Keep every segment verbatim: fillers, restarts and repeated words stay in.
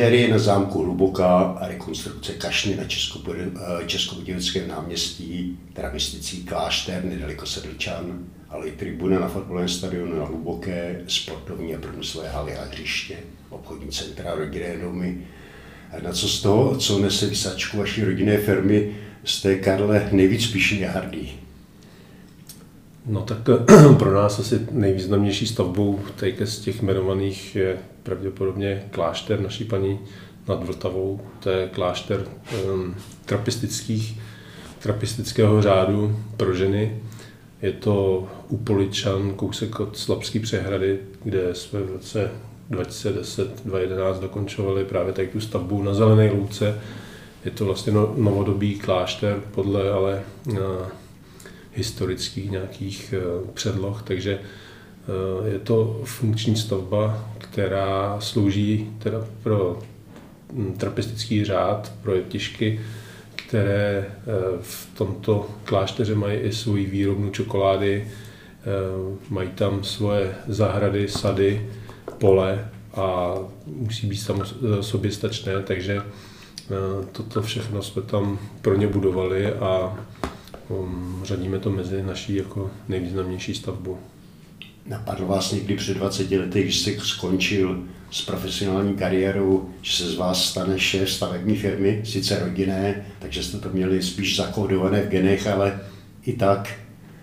oranžérie na zámku Hluboká a rekonstrukce kašny na Českobudějovickém náměstí, travistický klášter nedaleko Sedlčan, ale i tribuna na fotbalovém stadionu na Hluboké, sportovní a průmyslové haly a hřiště, obchodní centra, rodinné domy. A na co z toho, co nese visačku vaší rodinné firmy, jste, Karle, nejvíc pyšný a hrdý? No tak pro nás asi nejvýznamnější stavbou teďka z těch jmenovaných je pravděpodobně klášter naší paní nad Vltavou. To je klášter um, trapistických, trapistického řádu pro ženy. Je to u Poličan, kousek od Slabské přehrady, kde jsme v roce dva tisíce deset až dva tisíce jedenáct dokončovali právě tady tu stavbu na Zelené louce. Je to vlastně no, novodobý klášter podle ale uh, historických nějakých uh, předloh, takže uh, je to funkční stavba, která slouží teda pro um, trapistický řád, pro jeptišky, které uh, v tomto klášteře mají i svoji výrobnu čokolády, uh, mají tam svoje zahrady, sady, pole a musí být tam soběstačné, takže toto všechno jsme tam pro ně budovali a um, řadíme to mezi naší jako nejvýznamnější stavbu. Napadlo vás někdy před dvaceti lety, když jste skončil s profesionální kariérou, že se z vás stane šéf stavební firmy, sice rodinné, takže jste to měli spíš zakódované v genech, ale i tak?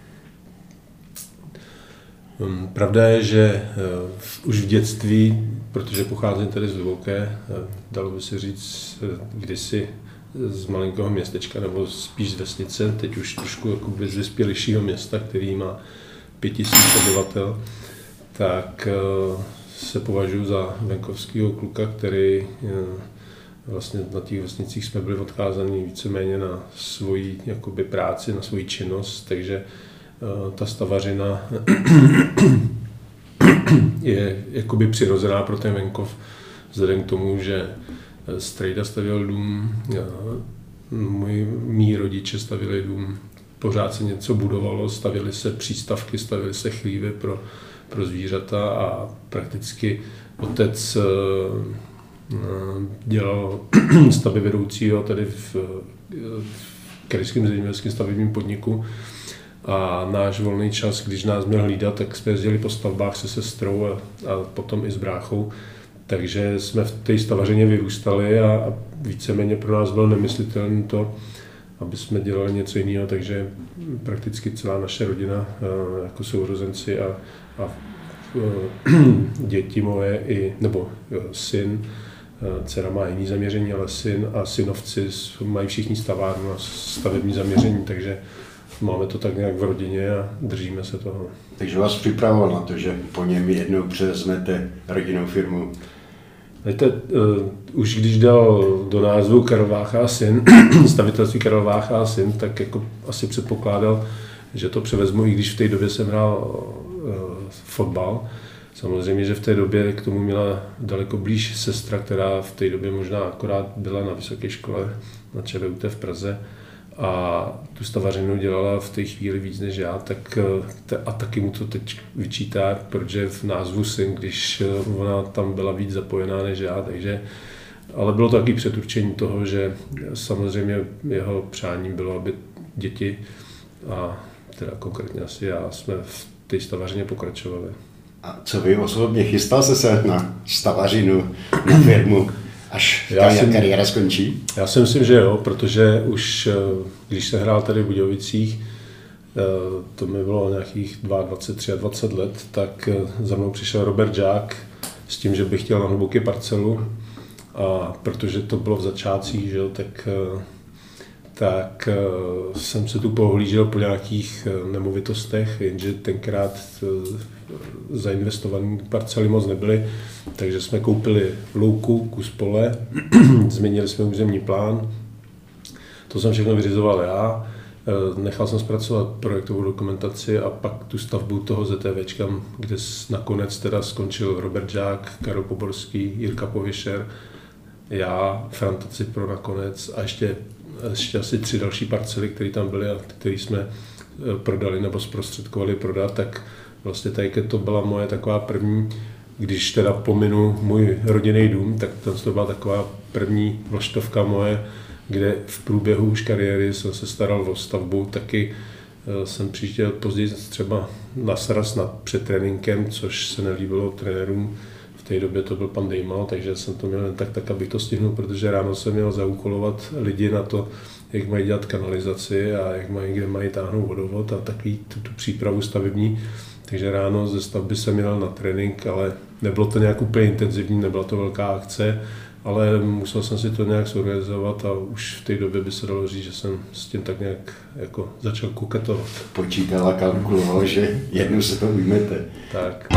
Pravda je, že už v dětství, protože pocházím tady z Hluboké, dalo by se říct kdysi z malinkého městečka nebo spíš z vesnice, teď už trošku jakoby z vyspělejšího města, který má pět tisíc obyvatel, tak se považuji za venkovského kluka, který vlastně na těch vesnicích jsme byli odkázaní víceméně na svoji jakoby práci, na svoji činnost, takže ta stavařina je jakoby přirozená pro ten venkov, vzhledem k tomu, že strejda stavěl dům, moji mý rodiče stavili dům, pořád se něco budovalo, stavily se přístavky, stavily se chlívy pro, pro zvířata a prakticky otec dělal stavby vedoucího tady v, v krajském zemědělském stavebním podniku. A náš volný čas, když nás měl hlídat, tak jsme jezdili po stavbách se sestrou a, a potom i s bráchou. Takže jsme v té stavařině vyrůstali a, a víceméně pro nás bylo nemyslitelné to, aby jsme dělali něco jiného. Takže prakticky celá naše rodina, jako sourozenci a, a děti moje, i, nebo syn, dcera má jiný zaměření, ale syn a synovci mají všichni stavárnu a stavební zaměření, takže máme to tak nějak v rodině a držíme se toho. Takže vás připravoval na to, že po něm jednou převezmete rodinnou firmu? Víte, uh, už když dal do názvu Karel Vácha a syn, stavitelství Karel Vácha a syn, tak jako asi předpokládal, že to převezmu, i když v té době jsem hrál uh, fotbal. Samozřejmě, že v té době k tomu měla daleko blíž sestra, která v té době možná akorát byla na vysoké škole na ČVUT v Praze. A tu stavařinu dělala v té chvíli víc než já, tak a taky mu to teď vyčítá, protože v názvu syn, když ona tam byla víc zapojená než já, takže, ale bylo to taky předurčení toho, že samozřejmě jeho přáním bylo, aby děti a teda konkrétně asi já jsme v té stavařině pokračovali. A co vy osobně, chystal jste se na stavařinu, na firmu? Až ta kariéra skončí? Já si myslím, že jo, protože už když se hrál tady v Budějovicích, to mi bylo nějakých dvacet dva, dvacet tři let, tak za mnou přišel Robert Žák s tím, že bych chtěl na Hluboké parcelu a protože to bylo v začátcích, že jo, tak, tak jsem se tu pohlížel po nějakých nemovitostech, jenže tenkrát zainvestované parcely moc nebyly, takže jsme koupili louku, kus pole, změnili jsme územní plán, to jsem všechno vyřizoval já, nechal jsem zpracovat projektovou dokumentaci a pak tu stavbu toho ZTVčka, kde nakonec teda skončil Robert Žák, Karel Poborský, Jirka Pověšer, já, Franta Cipro nakonec a ještě, ještě asi tři další parcely, které tam byly a které jsme prodali nebo zprostředkovali prodat, tak vlastně tady to byla moje taková první když teda pominu můj rodinný dům, tak to byla taková první vlaštovka moje, kde v průběhu už kariéry jsem se staral o stavbu, taky jsem přijížděl později třeba na sraz nad před tréninkem, což se nelíbilo trenérům. V té době to byl pan Dejmal, takže jsem to měl jen tak, tak, abych to stihnul, protože ráno jsem měl zaúkolovat lidi na to, jak mají dělat kanalizaci a jak mají, kde mají táhnout vodovod a takový tu, tu přípravu stavební. Takže ráno ze stavby jsem měl na trénink, ale nebylo to nějak úplně intenzivní, nebyla to velká akce, ale musel jsem si to nějak zorganizovat a už v té době by se dalo říct, že jsem s tím tak nějak jako začal koketovat. Počítal a kalkuloval, že jednou se to ujmete. Tak.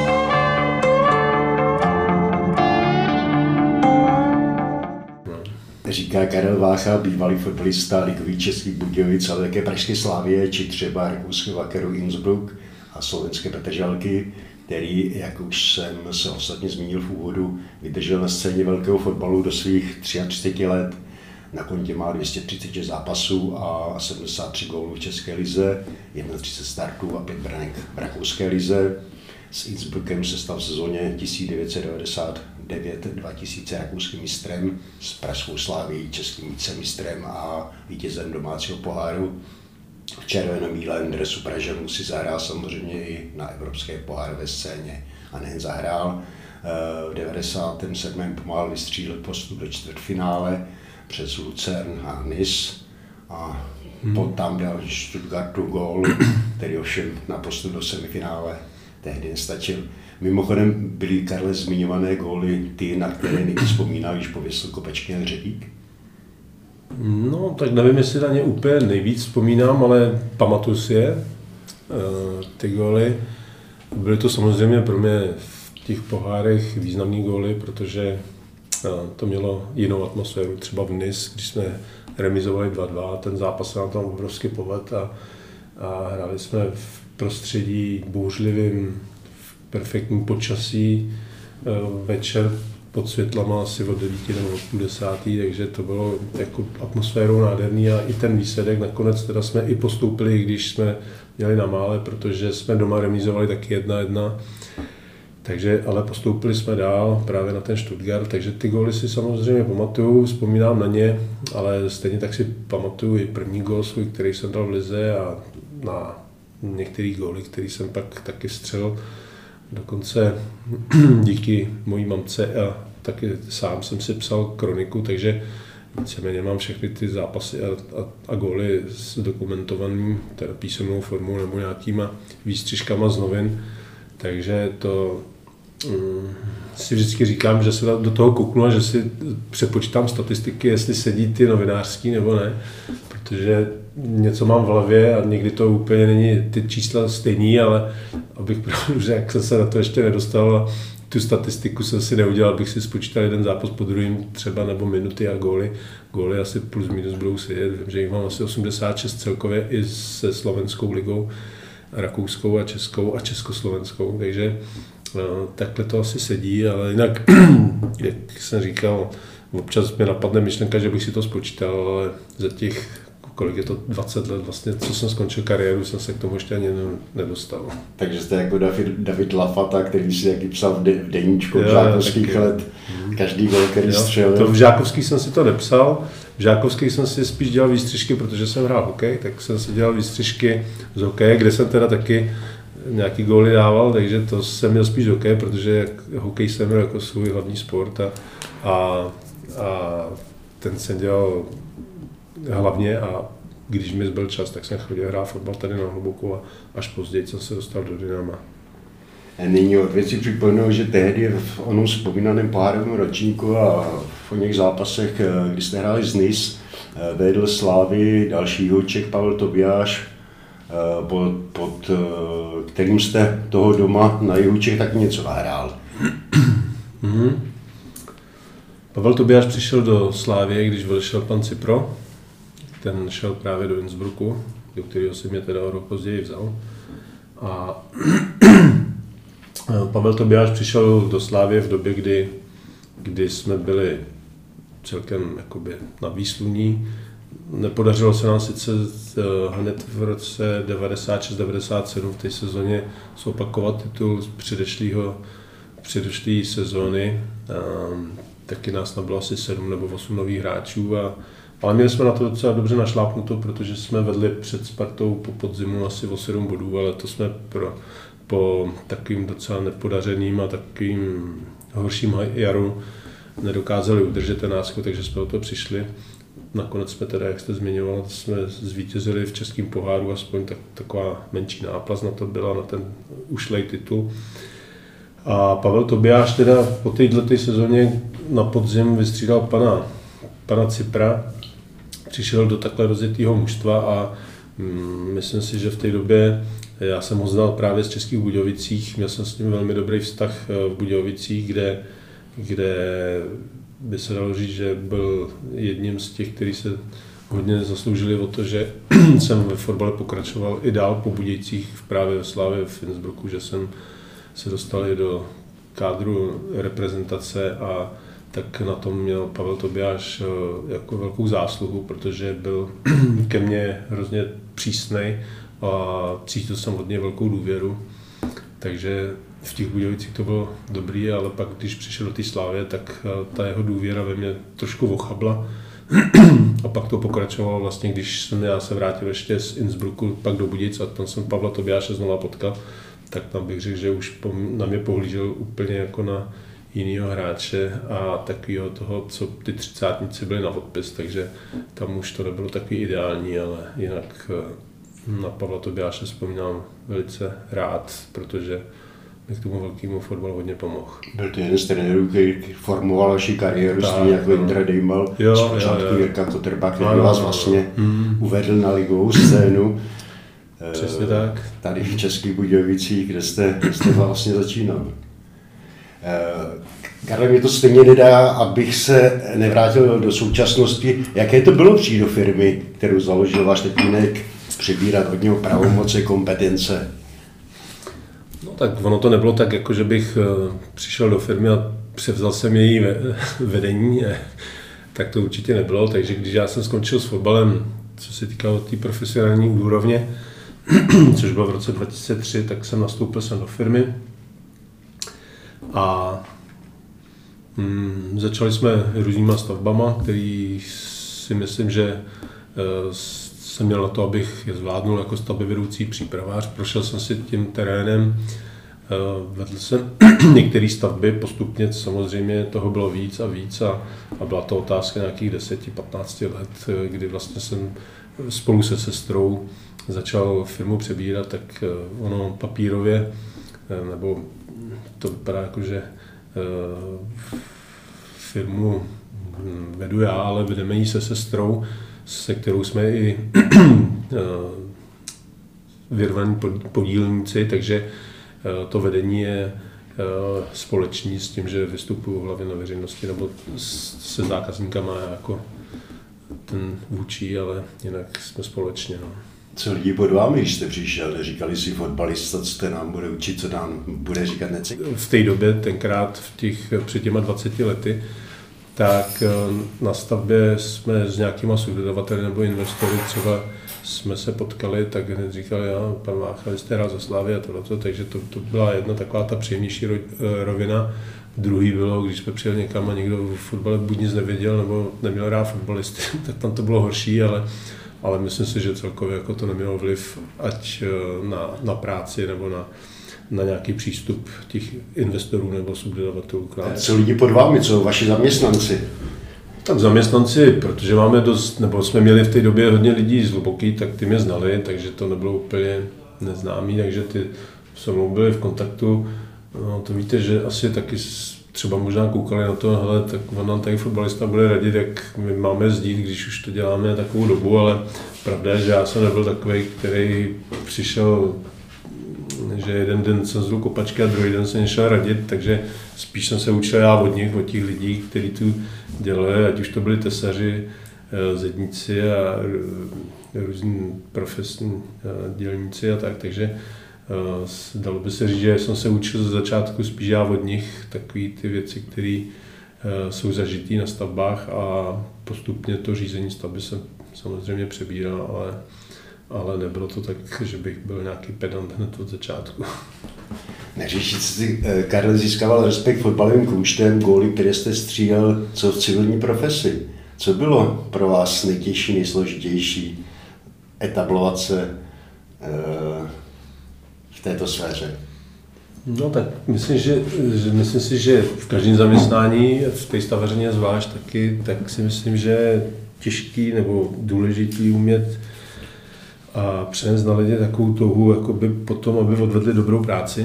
Říká Karel Vácha, bývalý fotbalista ligový Českých Budějovic, ale také pražské Slavie, či třeba rakouského Wakeru Innsbruck a slovenské Petržalky, který, jak už jsem se ostatně zmínil v úvodu, vydržel na scéně velkého fotbalu do svých třiceti tří let. Na kontě má dvě stě třicet šest zápasů a sedmdesát tři gólů v České lize, třicet jedna startů a pět branek v rakouské lize. S Innsbruckem se stal v sezóně tisíc devět set devadesát devět dva tisíce rakouským mistrem, s pražskou Slavií českým vicemistrem a vítězem domácího poháru. V červeno-bílém dresu Pražanů si zahrál samozřejmě i na evropské pohárové scéně a nejen zahrál. V devadesátém sedmém pomáhal vystřílet postup do čtvrtfinále přes Lucern a Nice a hmm. tam dal Stuttgartu gól, který ovšem na postup do semifinále tehdy nestačil. Mimochodem byly, Karle, zmiňované góly ty, na které nejvíc vzpomíná, když pověsil kopečky na Řebík? No, tak nevím, jestli na ně úplně nejvíc vzpomínám, ale pamatuju si je, ty góly. Byly to samozřejmě pro mě v těch pohárech významný góly, protože to mělo jinou atmosféru. Třeba v Nice, když jsme remizovali dva dva, ten zápas se nám tam obrovsky povedl a, a hráli jsme v prostředí bouřlivým, v perfektním počasí, večer pod světlama asi od devíti nebo od půl desátý, takže to bylo jako atmosférou nádherný a i ten výsledek nakonec teda jsme i postoupili, když jsme měli na mále, protože jsme doma remizovali taky jedna jedna. Takže, ale postoupili jsme dál právě na ten Stuttgart, takže ty góly si samozřejmě pamatuju, vzpomínám na ně, ale stejně tak si pamatuju i první gól svůj, který jsem dal v lize a na některý góly, který jsem pak taky střelil. Dokonce díky mojí mamce a taky sám jsem si psal kroniku, takže víceméně mám všechny ty zápasy a, a, a góly zdokumentovaný teda písemnou formou nebo nějakýma výstřižkama z novin. Takže to um, si vždycky říkám, že se do toho kouknu a že si přepočítám statistiky, jestli sedí ty novinářský nebo ne, protože něco mám v hlavě a někdy to úplně není ty čísla stejný, ale abych pravdu řekl, jak jsem se na to ještě nedostal a tu statistiku jsem si neudělal, abych si spočítal jeden zápas po druhým třeba nebo minuty a góly. Góly asi plus minus budou sedět, vím, že jich mám asi osmdesát šest celkově i se slovenskou ligou, rakouskou a českou a československou, takže no, takhle to asi sedí, ale jinak, jak jsem říkal, občas mi napadne myšlenka, že bych si to spočítal, ale za těch, kolik je to dvacet let vlastně, co jsem skončil kariéru, jsem se k tomu ještě ani nedostal. Takže jste jako David, David Lafata, který si taky psal v, de, v deníčku v žákovských let, každý gol, který střelil. To v žákovských jsem si to nepsal, v žákovských jsem si spíš dělal výstřižky, protože jsem hrál hokej, tak jsem si dělal výstřižky z hokeje, kde jsem teda taky nějaký góly dával, takže to jsem měl spíš hokej, protože hokej jsem měl jako svůj hlavní sport a, a, a ten jsem dělal hlavně a když mi zbyl čas, tak jsem chodil hrát fotbal tady na Hluboku a až později jsem se dostal do Dynama. Nyní od věci připomínal, že tehdy v onom vzpomínaném pohárovém ročníku a v oněch zápasech, kdy jste hráli z Nice, vedl Slávy dalšího Čech Pavel Tobiáš, pod, pod kterým jste toho doma na jihu Čech taky něco nahrál. Mm-hmm. Pavel Tobiáš přišel do Slávie, když odešel pan Cipro. Ten šel právě do Innsbrucku, do kterého si mě teda o rok později vzal. A Pavel Tobiáš přišel do Slávie v době, kdy, kdy jsme byli celkem jakoby na výsluní. Nepodařilo se nám sice hned v roce devadesát šest devadesát sedm v té sezóně zopakovat titul z předešlého předešlé sezóny. Taky nás tam bylo asi sedm nebo osm nových hráčů, a, ale měli jsme na to docela dobře našlápnuto, protože jsme vedli před Spartou po podzimu asi o sedm bodů, ale to jsme pro, po takovým docela nepodařeným a takovým horším jaru nedokázali udržet ten náskok, takže jsme o to přišli. Nakonec jsme teda, jak jste zmiňoval, jsme zvítězili v českém poháru, aspoň tak, taková menší náplast na to byla, na ten ušlej titul. A Pavel Tobiáš teda po této sezóně na podzim vystřídal pana, pana Cipra, přišel do takhle rozjetého mužstva a mm, myslím si, že v té době, já jsem ho znal právě z Českých Budějovicích, měl jsem s ním velmi dobrý vztah v Budějovicích, kde, kde by se dalo říct, že byl jedním z těch, kteří se hodně zasloužili o to, že jsem ve fotbale pokračoval i dál po Budějcích, právě ve Slavii v Innsbrucku, že jsem se dostali do kádru reprezentace a tak na tom měl Pavel Tobiáš jako velkou zásluhu, protože byl ke mně hrozně přísnej a cítil jsem od něj velkou důvěru. Takže v těch Budějovicích to bylo dobrý, ale pak, když přišel do té Slávie, tak ta jeho důvěra ve mě trošku ochabla. A pak to pokračovalo vlastně, když jsem já se vrátil ještě z Innsbrucku pak do Budějic a tam jsem Pavla Tobiáše znova potkal, tak tam bych řekl, že už na mě pohlížel úplně jako na jinýho hráče a takového toho, co ty třicátníci byli na odpis, takže tam už to nebylo takový ideální, ale jinak na Pavla Tobiáše vzpomínám velice rád, protože mi k tomu velkému fotbalu hodně pomohl. Byl to jeden z trenérů, který formoval vaši kariéru, stejně jako Jindra Dejmal, z počátku Jirka Kotrbák, který vás vlastně mm. uvedl na ligovou scénu. Přesně tak. Tady v Českých Budějovicích, kde jste, kde jste vlastně začínal. Karle, mě to stejně nedá, abych se nevrátil do současnosti. Jaké to bylo přijít do firmy, kterou založil váš tatínek, přebírat od něho pravomoci, kompetence? No tak ono to nebylo tak, jako že bych přišel do firmy a převzal jsem její vedení, tak to určitě nebylo. Takže když já jsem skončil s fotbalem, co se týkalo té profesionální úrovně, což bylo v roce dva tisíce tři, tak jsem nastoupil jsem do firmy a mm, začali jsme různýma stavbama, který si myslím, že uh, jsem měl na to, abych je zvládnul jako stavbyvedoucí přípravář. Prošel jsem si tím terénem, uh, vedl jsem některé stavby, postupně samozřejmě toho bylo víc a víc a, a byla to otázka nějakých deset patnáct let, kdy vlastně jsem spolu se sestrou začal firmu přebírat, tak ono papírově, nebo to vypadá jako, že firmu vedu já, ale vedeme ji se sestrou, se kterou jsme i vyrvaní podílníci, takže to vedení je společný s tím, že vystupuji hlavně na veřejnosti nebo se zákazníkama jako ten vůči, ale jinak jsme společně. No. Co lidi pod vámi, když jste přišel, říkali si fotbalista, co jste nám bude učit, co nám bude říkat necek? V té době, tenkrát v těch, před těma dvaceti lety, tak na stavbě jsme s nějakýma subdodavateli nebo investory třeba jsme se potkali, tak hned říkali, já, pan Vácha, vy jste hrál za Slávy a tohleto, takže to, to byla jedna taková ta příjemnější rovina. Druhý bylo, když jsme přijeli někam a někdo v fotbale buď nic nevěděl nebo neměl rád fotbalisty, tak tam to bylo horší, ale, ale myslím si, že celkově jako to nemělo vliv ať na, na práci nebo na, na nějaký přístup těch investorů nebo subdodavatelů. Co lidi pod vámi, co vaši zaměstnanci? Tak zaměstnanci, protože máme dost, nebo jsme měli v té době hodně lidí z Hluboký, tak ty mě znali, takže to nebylo úplně neznámý, takže ty se mnou byli v kontaktu. No, to víte, že asi taky třeba možná koukali na to, hele, tak on nám tady fotbalista bude radit, jak my máme jezdit, když už to děláme takovou dobu, ale pravda je, že já jsem nebyl takový, který přišel, že jeden den jsem zru kopačky a druhý den jsem šel radit, takže spíš jsem se učil já od nich, od těch lidí, kteří tu dělali, ať už to byli tesaři, zedníci a různí profesní dělníci a tak, takže dalo by se říct, že jsem se učil ze začátku spíš já od nich takové ty věci, které jsou zažitý na stavbách a postupně to řízení stavby jsem samozřejmě přebíral, ale, ale nebylo to tak, že bych byl nějaký pedant hned od začátku. Neřešit si, Karel získával respekt fotbalovým kůštem, góly, které jste střílel, co v civilní profesi. Co bylo pro vás nejtěžší, nejsložitější etablovat se v této sféře? No tak myslím, že, že, myslím si, že v každém zaměstnání, v té stavařině zvlášť taky, tak si myslím, že je těžký nebo důležitý umět a přenést na lidi takovou touhu jakoby potom, aby odvedli dobrou práci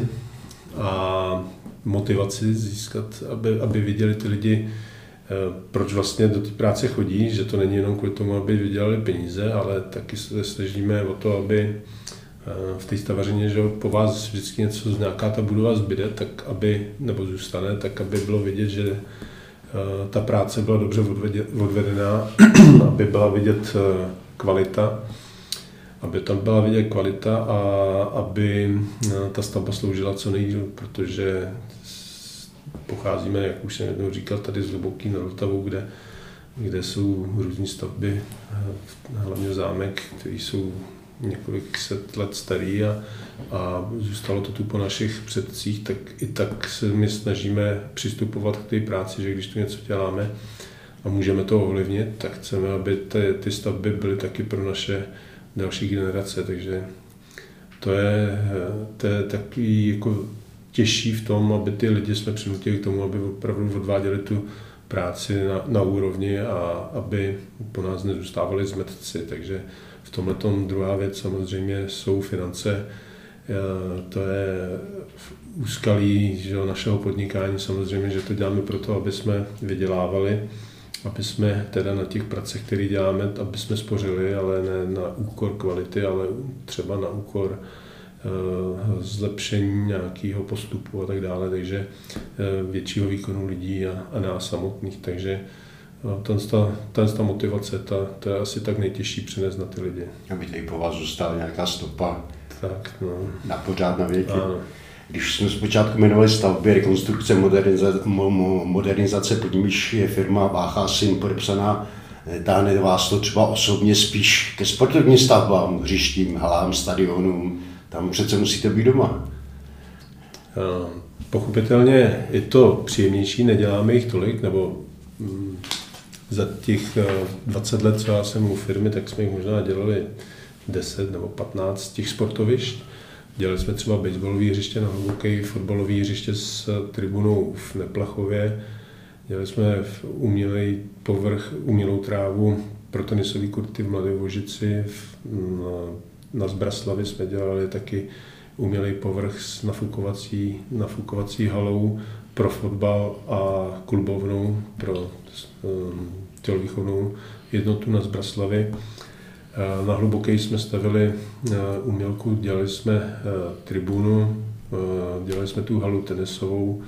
a motivaci získat, aby, aby viděli ty lidi, proč vlastně do té práce chodí, že to není jenom kvůli tomu, aby vydělali peníze, ale taky se snažíme o to, aby v té stavařině, že po vás vždycky něco z nějaká ta budova zbyde, tak aby, nebo zůstane, tak aby bylo vidět, že ta práce byla dobře odvedená, aby byla vidět kvalita, aby tam byla vidět kvalita a aby ta stavba sloužila co nejdýl, protože pocházíme, jak už jsem jednou říkal, tady z Hluboký nad Vltavou, kde, kde jsou různé stavby, hlavně zámek, které jsou několik set let starý a, a zůstalo to tu po našich předcích, tak i tak se my snažíme přistupovat k té práci, že když tu něco děláme a můžeme to ovlivnit, tak chceme, aby ty, ty stavby byly taky pro naše další generace, takže to je, to je takový jako těžší v tom, aby ty lidi jsme přinutili k tomu, aby opravdu odváděli tu práci na, na úrovni a aby po nás nezůstávali zmetci, takže v tomhletom druhá věc samozřejmě jsou finance. To je úskalí, že našeho podnikání samozřejmě, že to děláme proto, aby jsme vydělávali, aby jsme teda na těch pracech, které děláme, aby jsme spořili, ale ne na úkor kvality, ale třeba na úkor zlepšení nějakého postupu a tak dále, takže většího výkonu lidí a, a nás samotných, takže ta, ta motivace, ta, ta je asi tak nejtěžší přinést na ty lidi. Aby tady po vás zůstala nějaká stopa tak, no. Na pořád, na věky. Ano. Když jsme zpočátku jmenovali stavby, rekonstrukce, modernizace, modernizace pod níž je firma Vácha Syn podepsaná, táhne vás to třeba osobně spíš ke sportovním stavbám, hřištím, halám, stadionům, tam přece musíte být doma. Pochopitelně je to příjemnější, neděláme jich tolik, nebo mm, za těch dvacet let, co já jsem u firmy, tak jsme jich možná dělali deset nebo patnáct těch sportovišť. Dělali jsme třeba baseballové hřiště na Hluboké, fotbalové hřiště s tribunou v Neplachově. Dělali jsme umělej povrch, umělou trávu pro tenisové kurty v Mladé Vožici. Na, na Zbraslavi jsme dělali taky umělej povrch s nafukovací, nafukovací halou pro fotbal a klubovnou pro um, tělovýchovnou jednotu na Zbraslavi. Na Hluboké jsme stavili umělku, dělali jsme tribunu, dělali jsme tu halu tenisovou,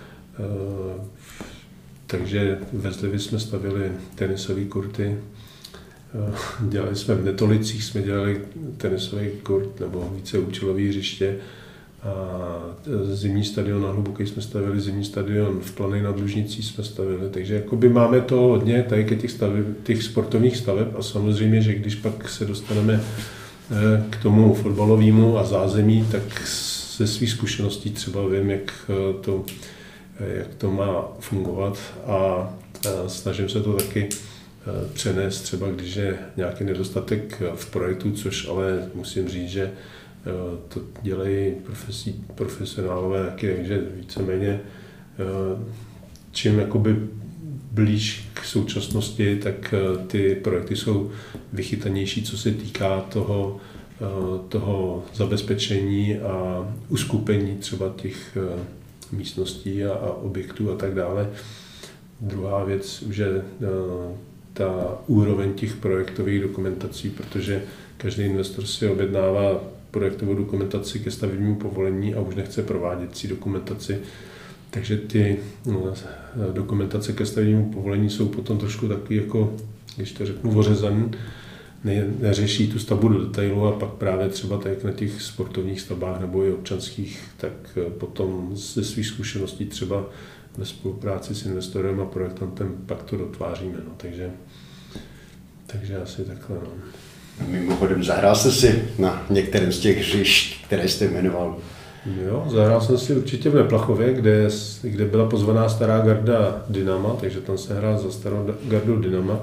takže ve Zlivě jsme stavili tenisové kurty. Dělali jsme v Netolicích, jsme dělali tenisový kurt nebo víceúčelové hřiště. A zimní stadion na Hluboké jsme stavili, zimní stadion v Planej nad Lužnicí jsme stavili, takže jakoby máme to hodně tady ke těch, staveb, těch sportovních staveb a samozřejmě, že když pak se dostaneme k tomu fotbalovému a zázemí, tak ze svých zkušeností třeba vím, jak to, jak to má fungovat a snažím se to taky přenést třeba, když je nějaký nedostatek v projektu, což ale musím říct, že to dělají profesí, profesionálové taky, takže víceméně čím jakoby blíž k současnosti, tak ty projekty jsou vychytanější, co se týká toho, toho zabezpečení a uskupení třeba těch místností a, a objektů a tak dále. Druhá věc, že ta úroveň těch projektových dokumentací, protože každý investor si objednává projektovou dokumentaci ke stavebnímu povolení a už nechce prováděcí dokumentaci. Takže ty no, dokumentace ke stavebnímu povolení jsou potom trošku takový, jako, když to řeknu, ořezaný, ne, neřeší tu stavbu do detailu a pak právě třeba tak na těch sportovních stavbách nebo i občanských, tak potom ze svých zkušeností třeba ve spolupráci s investorem a projektantem pak to dotváříme. No. Takže, takže asi takhle. No. Mimochodem, zahrál jste si na některém z těch hřišť, které jste jmenoval. Jo, zahrál jsem si určitě v Neplachově, kde, kde byla pozvaná stará garda Dynama, takže tam se hrál za starou gardu Dynama.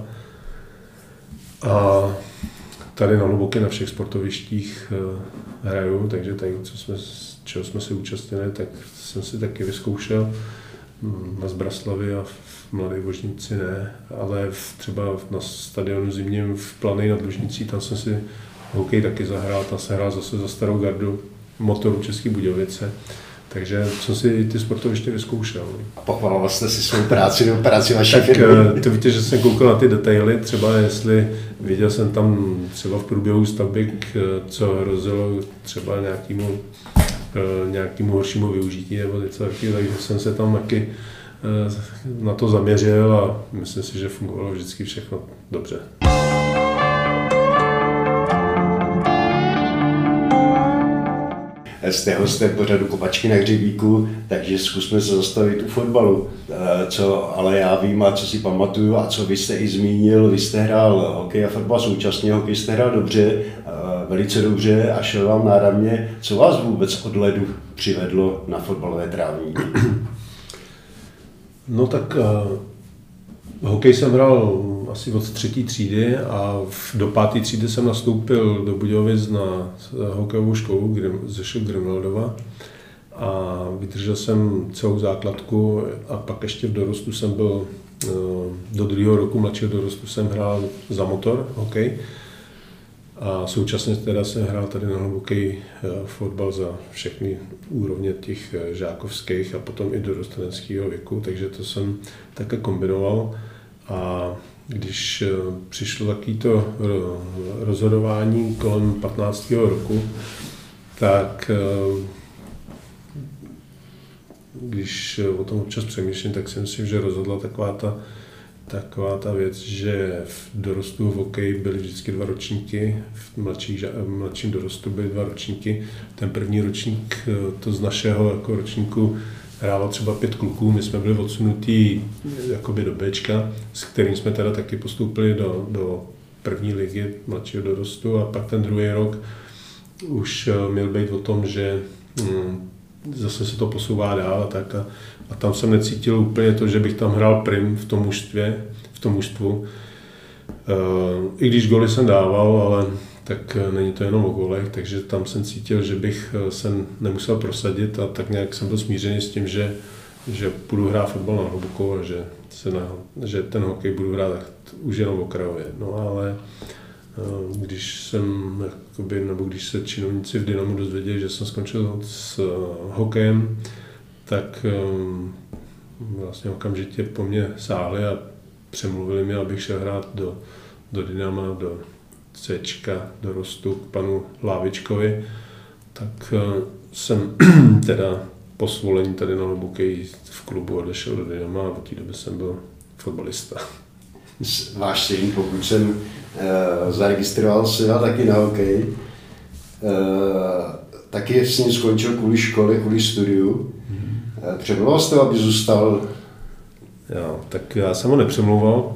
A tady na Hluboké na všech sportovištích hraju, takže tady, co jsme, čeho jsme si účastnili, tak jsem si taky vyzkoušel. Na Zbraslavi a v Mladé Vožnici ne, ale v, třeba na stadionu zimním v Planej nad Lužnicí, tam jsem si hokej taky zahrál, tam se hrál zase za starou gardu Motoru České Budějovice. Takže jsem si ty sportoviště vyzkoušel. A pochvaloval jste si svou práci nebo práci vaší tak, firmy? To víte, že jsem koukal na ty detaily, třeba jestli viděl jsem tam třeba v průběhu stavby, co hrozilo třeba nějakému, nějakému horšímu využití nebo něco takového, takže jsem se tam taky na to zaměřil a myslím si, že fungovalo vždycky všechno dobře. Jste hostem pořadu Kopačky na hřebíku, takže zkusme se zastavit u fotbalu. Co ale já vím a co si pamatuju a co vy jste i zmínil, vy jste hrál hokej a fotbal současně, hokej jste hrál dobře, velice dobře a šel vám náramně. Co vás vůbec od ledu přivedlo na fotbalové trávníky? No tak uh, hokej jsem hrál asi od třetí třídy a v, do páté třídy jsem nastoupil do Budějovic na hokejovou školu kde, ze Šil Grimwaldova a vydržel jsem celou základku a pak ještě v dorostu jsem byl, uh, do druhého roku mladšího dorostu jsem hrál za Motor hokej. A současně teda jsem hrál tady na Hluboký fotbal za všechny úrovně těch žákovských a potom i dorosteneckého věku, takže to jsem také kombinoval. A když přišlo takovýto rozhodování kolem patnáctého roku, tak když o tom občas přemýšlím, tak si myslím, že rozhodla taková ta Taková ta věc, že v dorostu v hokeji byly vždycky dva ročníky, v mladší, mladším dorostu byly dva ročníky. Ten první ročník, to z našeho jako ročníku hrálo třeba pět kluků, my jsme byli odsunutí jakoby do Bčka, s kterým jsme teda taky postoupili do, do první ligy mladšího dorostu a pak ten druhý rok už měl být o tom, že hm, zase se to posouvá dál a tak a, a tam jsem necítil úplně to, že bych tam hrál prim v tom mužstvě, v tom mužstvu. E, I když goly jsem dával, ale tak není to jenom o golech, takže tam jsem cítil, že bych se nemusel prosadit a tak nějak jsem byl smířený s tím, že, že půjdu hrát fotbal na Hlubokou a že, se na, že ten hokej budu hrát už jenom okrajově. No ale když jsem, jakoby, nebo když se činovníci v Dynamu dozvěděli, že jsem skončil s hokejem, tak vlastně okamžitě po mně sáhli a přemluvili mě, abych šel hrát do, do Dynama, do Cčka, do Rostu k panu Lávičkovi. Tak jsem teda po svolení tady na Hluboký v klubu odešel do Dynama a od té doby jsem byl fotbalista. Váš syn, pokud jsem uh, zaregistroval, se dal taky na hokej. Uh, taky s ním skončil kvůli škole, kvůli studiu. Hmm. Uh, přemlouval jste, aby zůstal? Jo, tak já jsem ho nepřemlouval. Uh,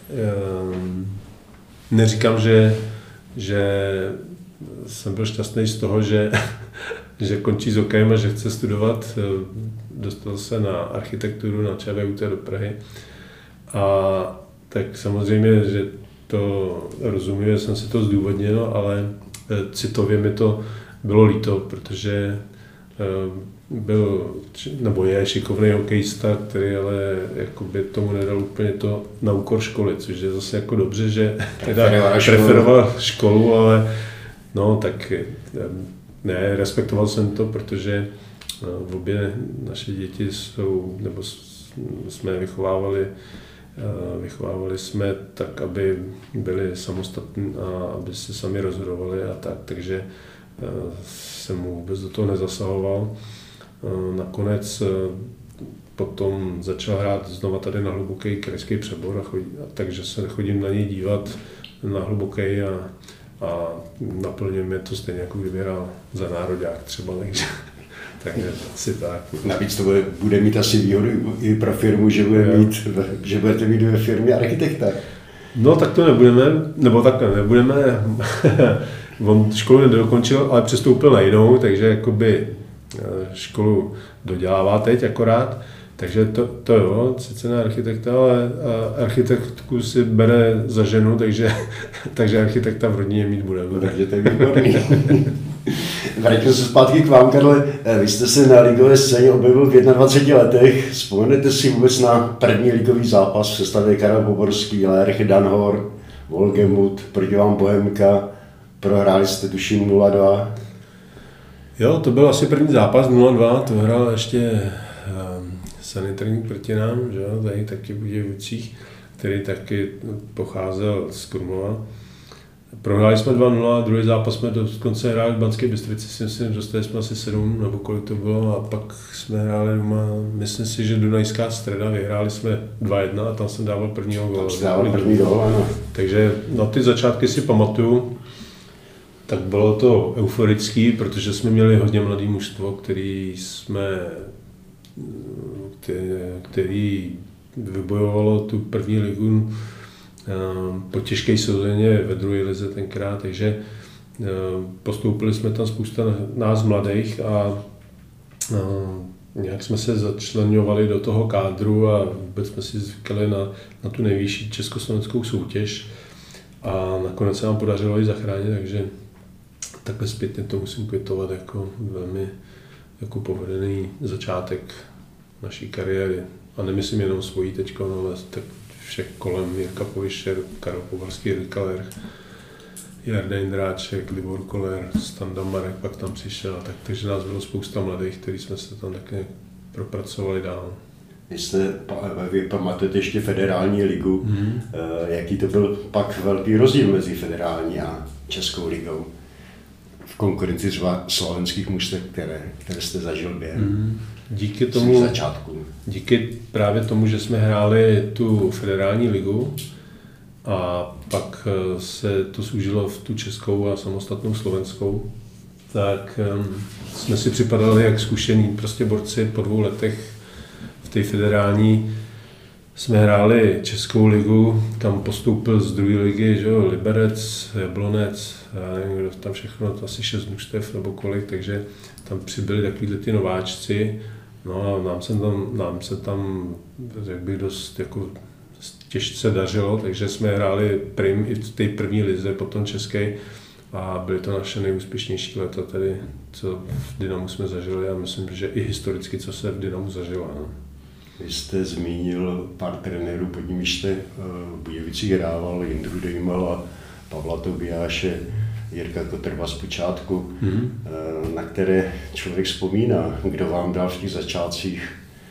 neříkám, že, že jsem byl šťastný z toho, že, že končí s hokejem a že chce studovat. Dostal se na architekturu na ČVUT do Prahy. A tak samozřejmě, že to rozumím, že jsem si to zdůvodnil, ale citově mi to bylo líto, protože byl, nebo je šikovný hokejista, který ale jakoby tomu nedal úplně to na úkor školy, což je zase jako dobře, že teda preferoval školu, ale no tak ne, respektoval jsem to, protože obě naše děti jsou, nebo jsme vychovávali Vychovávali jsme tak, aby byli samostatní a aby se sami rozhodovali a tak, takže jsem mu vůbec do toho nezasahoval. Nakonec potom začal hrát znova tady na Hluboký krajský přebor, a chodí, a takže se chodím na něj dívat na Hluboký a, a naplňuje mě to stejně, jako kdyby hrál za nároďák třeba, takže takže asi tak. Navíc to bude, bude mít asi výhodu i pro firmu, že, bude mít, že budete mít ve firmě architekta. No tak to nebudeme, nebo takhle nebudeme. On školu nedokončil, ale přestoupil na jinou, takže jakoby školu dodělává teď akorát. Takže to, to jo, sice na architekta, ale architektku si bere za ženu, takže, takže architekta v rodině mít bude. Takže to je výborný. Vrátím se zpátky k vám, Karle. Vy jste se na ligové scéně objevil v dvaceti jedné letech. Vzpomenete si vůbec na první ligový zápas v sestavě Karel Poborský, Lerch, Danhor, Wolgemut, proti vám Bohemka. Prohráli jste tuším nula dva. Jo, to byl asi první zápas nula dva, to hrál ještě um, Sanitárník proti nám, že jo, tady taky v Budějovicích, který taky pocházel z Krumlova. Prohráli jsme dva nula, druhý zápas jsme dokonce hráli v Banské Bystrici, si myslím, dostali jsme asi sedm, nebo kolik to bylo, a pak jsme hráli doma, myslím si, že Dunajská Streda, vyhráli jsme dva jedna a tam jsem dával prvního góla. Tam dával první gól, ano. Takže na ty začátky si pamatuju, tak bylo to euforický, protože jsme měli hodně mladý mužstvo, který jsme, který vybojovalo tu první ligu po těžké sezóně ve druhé lize tenkrát, takže postoupili jsme tam spousta nás mladých a nějak jsme se začleňovali do toho kádru a vůbec jsme si zvykali na, na tu nejvyšší československou soutěž a nakonec se nám podařilo ji zachránit, takže takhle zpětně to musím kvitovat jako velmi jako povedený začátek naší kariéry. A nemyslím jenom svojí teďko, ale tak všech kolem, Jirka Povyšer, Karel Poborský, Jirka Lerch, Jarda Jindráček, Libor Koller, Standa Marek, pak tam přišel, tak, takže nás bylo spousta mladých, kteří jsme se tam také propracovali dál. Vy jste, vy pamatujete ještě federální ligu, mm. jaký to byl pak velký rozdíl mezi federální a českou ligou v konkurenci třeba slovenských mužstev, které, které jste zažil během mm. díky tomu začátku. Díky právě tomu, že jsme hráli tu federální ligu a pak se to zúžilo v tu českou a samostatnou slovenskou, tak um, jsme si připadali jak zkušení prostě borci po dvou letech v té federální. Jsme hráli českou ligu, kam postoupil z druhé ligy, že jo, Liberec, Jablonec, já nevím, kdo tam všechno, to asi šest mužstev nebo kolik, takže tam přibyli takovýhle ty nováčci. No a nám se tam, nám se tam, jak bych dost jako těžce dařilo, takže jsme hráli prim i v té první lize, potom české a byly to naše nejúspěšnější léta tady, co v Dynamu jsme zažili a myslím, že i historicky, co se v Dynamu zažilo. No. Vy jste zmínil pár trenérů, pod nimiž jste v Budějovicích hrával, Jindru Dejmala, Pavla Tobiáše, Jirka Kotrba zpočátku, mm-hmm. na které člověk vzpomíná, kdo vám dal v těch začátcích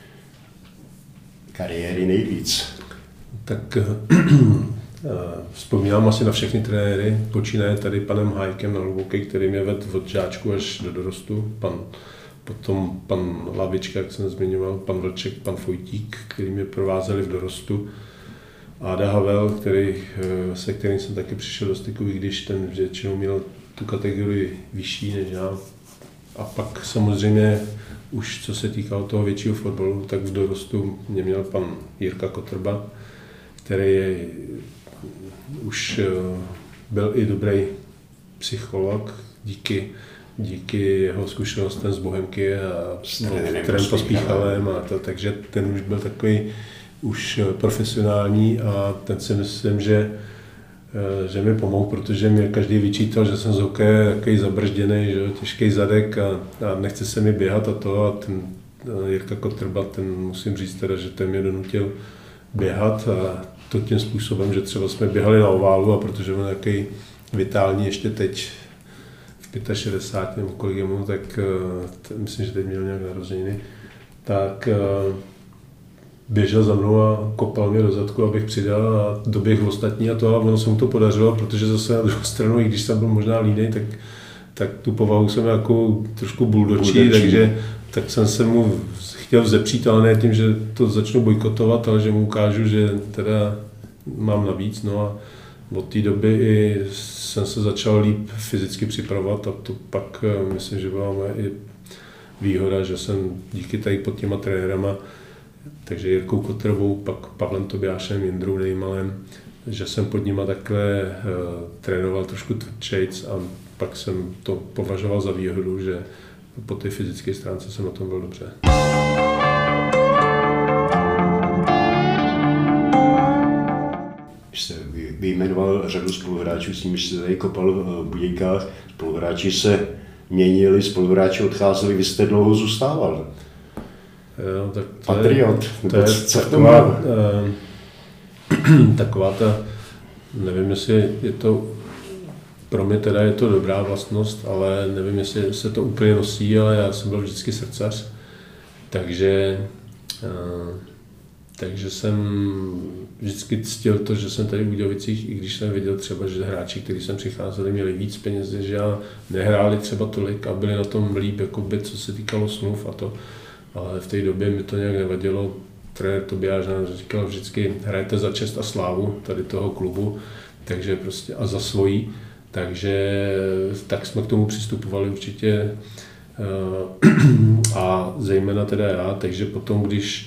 kariéry nejvíc. Tak vzpomínám asi na všechny trenéry, počínaje tady panem Hajkem na Hluboké, který mě vedl od žáčku až do dorostu, pan, potom pan Lavička, jak jsem zmiňoval, pan Vlček, pan Fojtík, který mě provázeli v dorostu, Áda Havel, který, se kterým jsem taky přišel do styku, i když ten většinou měl tu kategorii vyšší než já. A pak samozřejmě už co se týkalo toho většího fotbalu, tak v dorostu mě měl pan Jirka Kotrba, který je, už byl i dobrý psycholog díky, díky jeho zkušenostem z Bohemky a s Trem Pospíchalem, a to, takže ten už byl takový už profesionální a ten si myslím, že, že mi pomohl, protože mě každý vyčítal, že jsem z hokeje takový zabržděný, že, těžký zadek a, a nechce se mi běhat a to a ten Jirka Kotrba, ten musím říct teda, že ten mě donutil běhat a to tím způsobem, že třeba jsme běhali na oválu a protože on takový vitální ještě teď v šedesát pět nebo kolik je mu, tak t- myslím, že teď měl nějak narozeniny, tak běžel za mnou a kopal mě do zadku, abych přidal a doběhl ostatní a to a ono se mu to podařilo, protože zase na druhou stranu, i když jsem byl možná línej, tak, tak tu povahu jsem jako trošku buldočí, takže tak jsem se mu chtěl vzepřít, ale ne tím, že to začnu bojkotovat, ale že mu ukážu, že teda mám navíc. No a od té doby i jsem se začal líp fyzicky připravovat a to pak myslím, že byla moje i výhoda, že jsem díky tady pod těma trenérama, takže Jirkou Kotrbou, pak Pavlem Tobiášem, Jindrou Dejmalem, že jsem pod nima takhle uh, trénoval trošku tvrdšejc a pak jsem to považoval za výhodu, že po té fyzické stránce jsem na tom byl dobře. Jste vyjmenoval řadu spoluhráčů, s nimiž se tady kopal v Budějkách. Spoluhráči se měnili, spoluhráči odcházeli, vy jste dlouho zůstával. Jo, tak to Patriot, je, to je co v tom taková, eh, taková ta, nevím, jestli je to, pro mě teda je to dobrá vlastnost, ale nevím, jestli se to úplně nosí, ale já jsem byl vždycky srdcař, takže eh, takže jsem vždycky ctil to, že jsem tady v Budějovicích, i když jsem viděl třeba, že hráči, kteří sem přicházeli, měli víc peněz, že já nehráli třeba tolik a byli na tom líp, jakoby, co se týkalo smluv a to. Ale v té době mi to nějak nevadilo. Trenér Tobiáš nám říkal vždycky, hrajte za čest a slávu tady toho klubu, takže prostě a za svojí. Takže tak jsme k tomu přistupovali určitě a zejména teda já, takže potom, když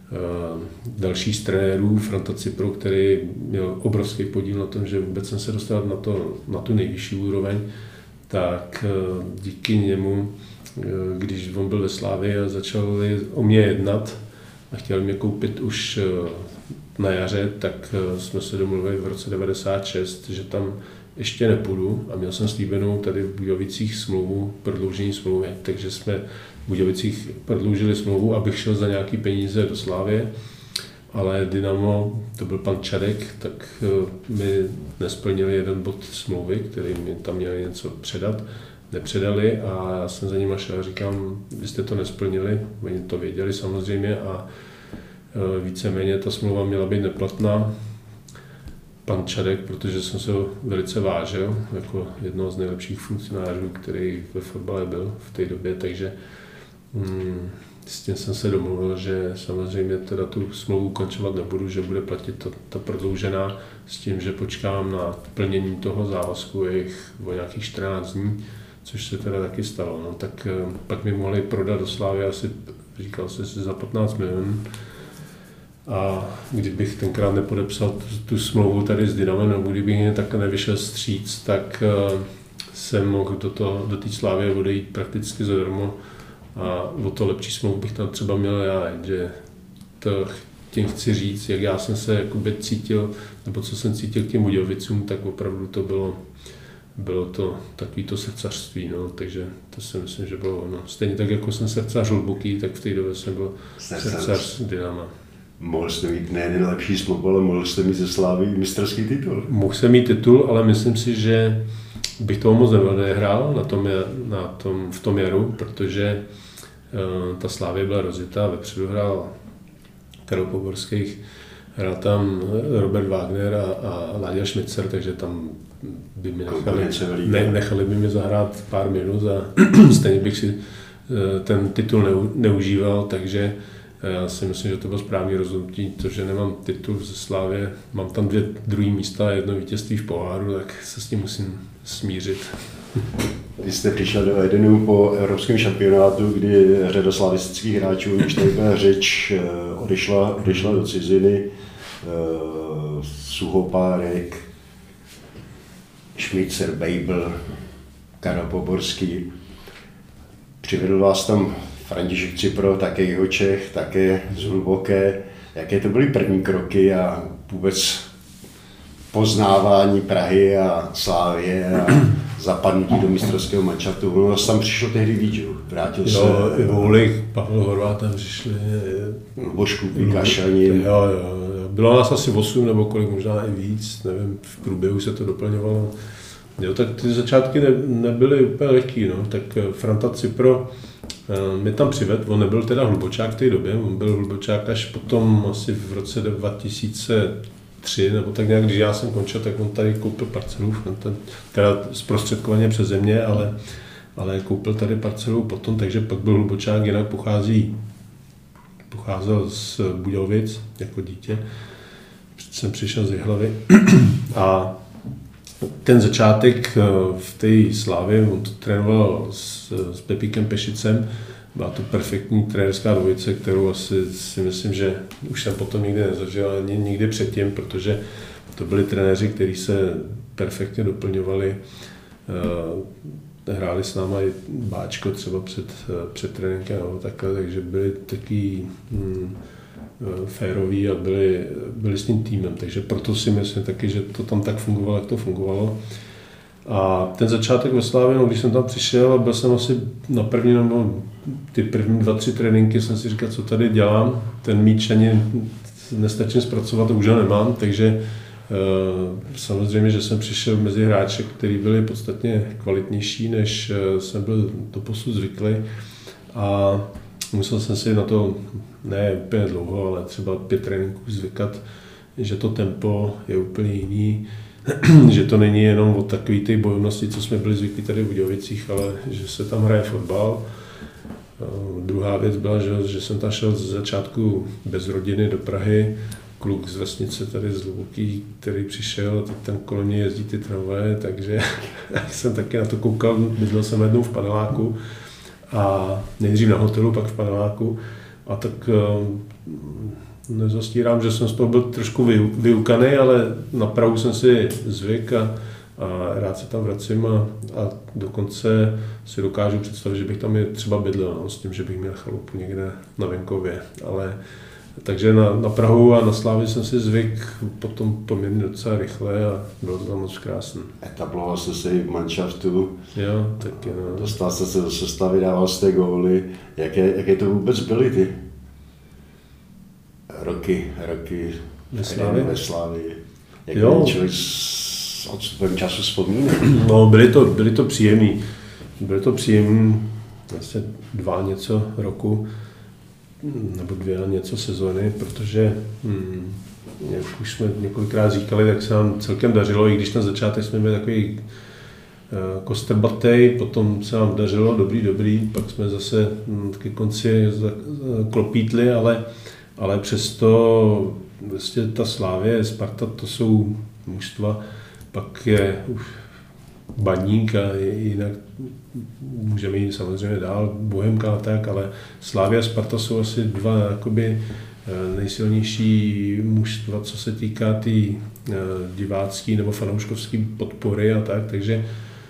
další z trenérů, Franta Cipro, který měl obrovský podíl na tom, že vůbec jsem se dostal na, to, na tu nejvyšší úroveň, tak díky němu, když on byl ve Slávii a začali o mě jednat a chtěli mě koupit už na jaře, tak jsme se domluvili v roce devadesát šest, že tam ještě nepůjdu a měl jsem slíbenou tady v Budějovicích smlouvu, prodloužení smlouvy, takže jsme v Budějovicích prodloužili smlouvu, abych šel za nějaký peníze do Slávie, ale Dynamo, to byl pan Čadek, tak mi nesplnili jeden bod smlouvy, který mi tam měli něco předat, nepředali a já jsem za nima šel a říkám, vy jste to nesplnili, oni to věděli samozřejmě a víceméně ta smlouva měla být neplatná. Pan Čadek, protože jsem se ho velice vážil jako jednoho z nejlepších funkcionářů, který ve fotbale byl v té době, takže mm, s tím jsem se domluvil, že samozřejmě teda tu smlouvu ukončovat nebudu, že bude platit to, ta prodloužená s tím, že počkám na plnění toho závazku jejich o nějakých čtrnáct dní, což se teda taky stalo. No, tak pak mi mohli prodat do Slávy asi, říkal jsem si, za patnáct milionů. A kdybych tenkrát nepodepsal tu, tu smlouvu tady s Dynamem, nebo kdybych mě tak nevyšel stříc, tak uh, jsem mohl do, to, do té Slávy odejít prakticky zadarmo a o to lepší smlouvu bych tam třeba měl já, že to tím chci říct, jak já jsem se jakoby cítil, nebo co jsem cítil k těm Budějovicům, tak opravdu to bylo, bylo to takový to srdcařství, no, takže to si myslím, že bylo ono. Stejně tak, jako jsem srdcař hluboký, tak v té době jsem byl srdcař Dynama. Mohl jste mít ne nejlepší smlouvu, ale mohl jste mít ze Slávy mistrovský titul. Mohl jsem mít titul, ale myslím si, že bych toho moc nehrál na tom, na tom, v tom jaru, protože uh, ta Slávie byla rozjetá, vepředu hrál Karel Poborských, hrál tam Robert Wagner a, a Láďa Šmicer, takže tam by mi nechali, ne, nechali by mě zahrát pár minut a stejně bych si uh, ten titul neu, neužíval, takže já si myslím, že to bylo správné rozhodnutí, to, že nemám titul ze Slávě, mám tam dvě druhý místa a jedno vítězství v poháru, tak se s tím musím smířit. Vy jste přišel do Edenu po evropském šampionátu, kdy řada slavistických hráčů, když tady byla řeč, odešla, odešla do ciziny, Suchopárek, Šmicer, Bejbl, Karel Poborský. Přivedl vás tam František Cipro, také jeho Čech, také z Hluboké. Jaké to byly první kroky a vůbec poznávání Prahy a Slávie a zapadnutí do mistrovského manšaftu? Ono tam přišlo tehdy víc, že? Vrátil se... Jo, i Voulik, Pavel Horvát tam přišli. Božku, Kašanin. Jo, jo, bylo nás asi osm nebo kolik, možná i víc, nevím, v průběhu se to doplňovalo. Jo, tak ty začátky ne, nebyly úplně lehký, no, tak Franta Cipro mě tam přivedl, on nebyl teda hlubočák v té době, on byl hlubočák až potom asi v roce dva tisíce tři, nebo tak nějak, když já jsem končil, tak on tady koupil parcelu, teda zprostředkovaně přes země, ale, ale koupil tady parcelu potom, takže pak byl hlubočák, jinak pochází, pocházel z Budějovic jako dítě, jsem přišel z Jihlavy a ten začátek v té Slávě, on to trénoval s, s Pepíkem Pešicem, byla to perfektní trenérská dvojice, kterou asi si myslím, že už jsem potom nikdy nezažil, ani nikdy předtím, protože to byli trenéři, kteří se perfektně doplňovali. hráli s náma i báčko třeba před, před tréninkem, no, takhle, takže byli taky hm, féroví a byli, byli s tím týmem, takže proto si myslím taky, že to tam tak fungovalo, jak to fungovalo. A ten začátek ve Slávě, no, když jsem tam přišel a byl jsem asi na první, nebo ty první dva, tři tréninky, jsem si říkal, co tady dělám, ten míč ani nestačím zpracovat, už ho nemám, takže e, samozřejmě, že jsem přišel mezi hráče, kteří byli podstatně kvalitnější, než jsem byl doposud zvyklý. A musel jsem si na to, ne úplně dlouho, ale třeba pět tréninků zvykat, že to tempo je úplně jiný, že to není jenom o takové té bojovnosti, co jsme byli zvyklí tady v Budějovicích, ale že se tam hraje fotbal. Druhá věc byla, že, že jsem tam šel z začátku bez rodiny do Prahy, kluk z vesnice tady z Hluboký, který přišel a teď tam kolem mě jezdí ty tramvaje, takže jsem taky na to koukal, bydlel jsem jednou v paneláku a nejdřív na hotelu, pak v paneláku a tak nezastírám, že jsem z toho byl trošku vyukaný, ale na Prahu jsem si zvyk a, a rád se tam vracím a, a dokonce si dokážu představit, že bych tam je třeba bydlel, no, s tím, že bych měl chalupu někde na venkově. Ale, takže na, na Prahu a na Slávě jsem si zvyk potom poměrně docela rychle a bylo to tam moc krásné. Etabloval jste se i v manšaftu, jo, taky, no. Dostal jste se do sestavy, dával jste góly. Jaké, jaké to vůbec byly ty roky, roky ve Slávě? Ve Slávě. Jak člověk s odstupem času vzpomíná? No, byly to, byly to příjemný. Byly to příjemný vlastně dva něco roku, nebo dvě a něco sezóny, protože hm, jak už jsme několikrát říkali, tak se nám celkem dařilo, i když na začátek jsme měli takový uh, kostrbatej, potom se nám dařilo dobrý, dobrý, pak jsme zase hm, ke konci klopítli, ale ale přesto vlastně ta Slávie, Sparta, to jsou mužstva, pak je už Baník a jinak můžeme jít samozřejmě dál, Bohemka a tak, ale Slávia a Sparta jsou asi dva jakoby nejsilnější mužstva, co se týká té tý divácké nebo fanouškovské podpory a tak, takže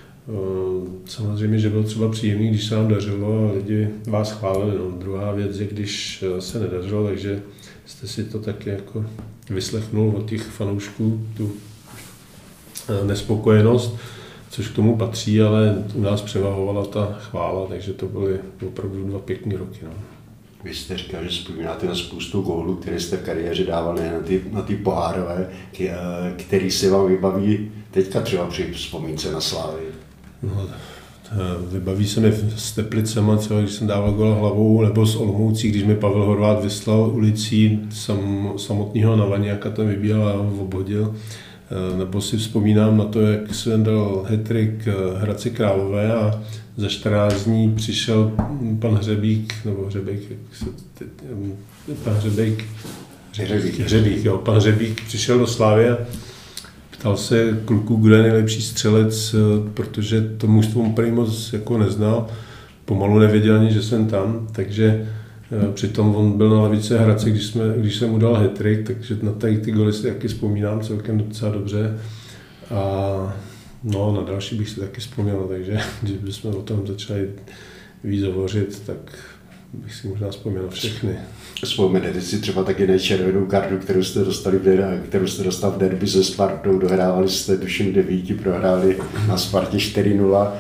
samozřejmě, že bylo třeba příjemný, když se nám dařilo a lidi vás chválili. No. Druhá věc je, když se nedařilo, takže jste si to taky jako vyslechnul od těch fanoušků, tu nespokojenost, což k tomu patří, ale u nás převahovala ta chvála, takže to byly opravdu dva pěkný roky. No. Vy jste říkal, že vzpomínáte na spoustu gólů, které jste v kariéře dávali na ty, na ty pohárové, který se vám vybaví teďka třeba při vzpomínce na Slávii. No, vybaví se mi s Teplicema, třeba když jsem dával gól hlavou, nebo s Olomoucí, když mi Pavel Horváth vyslal ulicí sam, samotného Navaňáka, tam vybíhal a obhodil. Nebo si vzpomínám na to, jak jsem dal hat-trick Hradci Králové a za čtrnáct dní přišel pan Hřebík, nebo Hřebík, jak se, pan Hřebík, Hřebík, Hřebík, jo, pan Hřebík přišel do Slávy a ptal se kluků, kdo je nejlepší střelec, protože to mužstvo úplně moc jako neznal, pomalu nevěděl ani, že jsem tam, takže přitom on byl na lavice Hradce, když, jsme, když jsem mu dal hat-trick, takže na tady ty goly si taky vzpomínám celkem docela dobře. A no, na další bych si taky vzpomněl, takže když bychom o tom začali víc hovořit, tak bych si možná vzpomněl všechny. Vzpomenete si třeba taky na červenou kartu, kterou jste dostali v derby, kterou jste dostal v derby se Spartou, dohrávali jste tuším devíti, prohráli na Spartě čtyři nula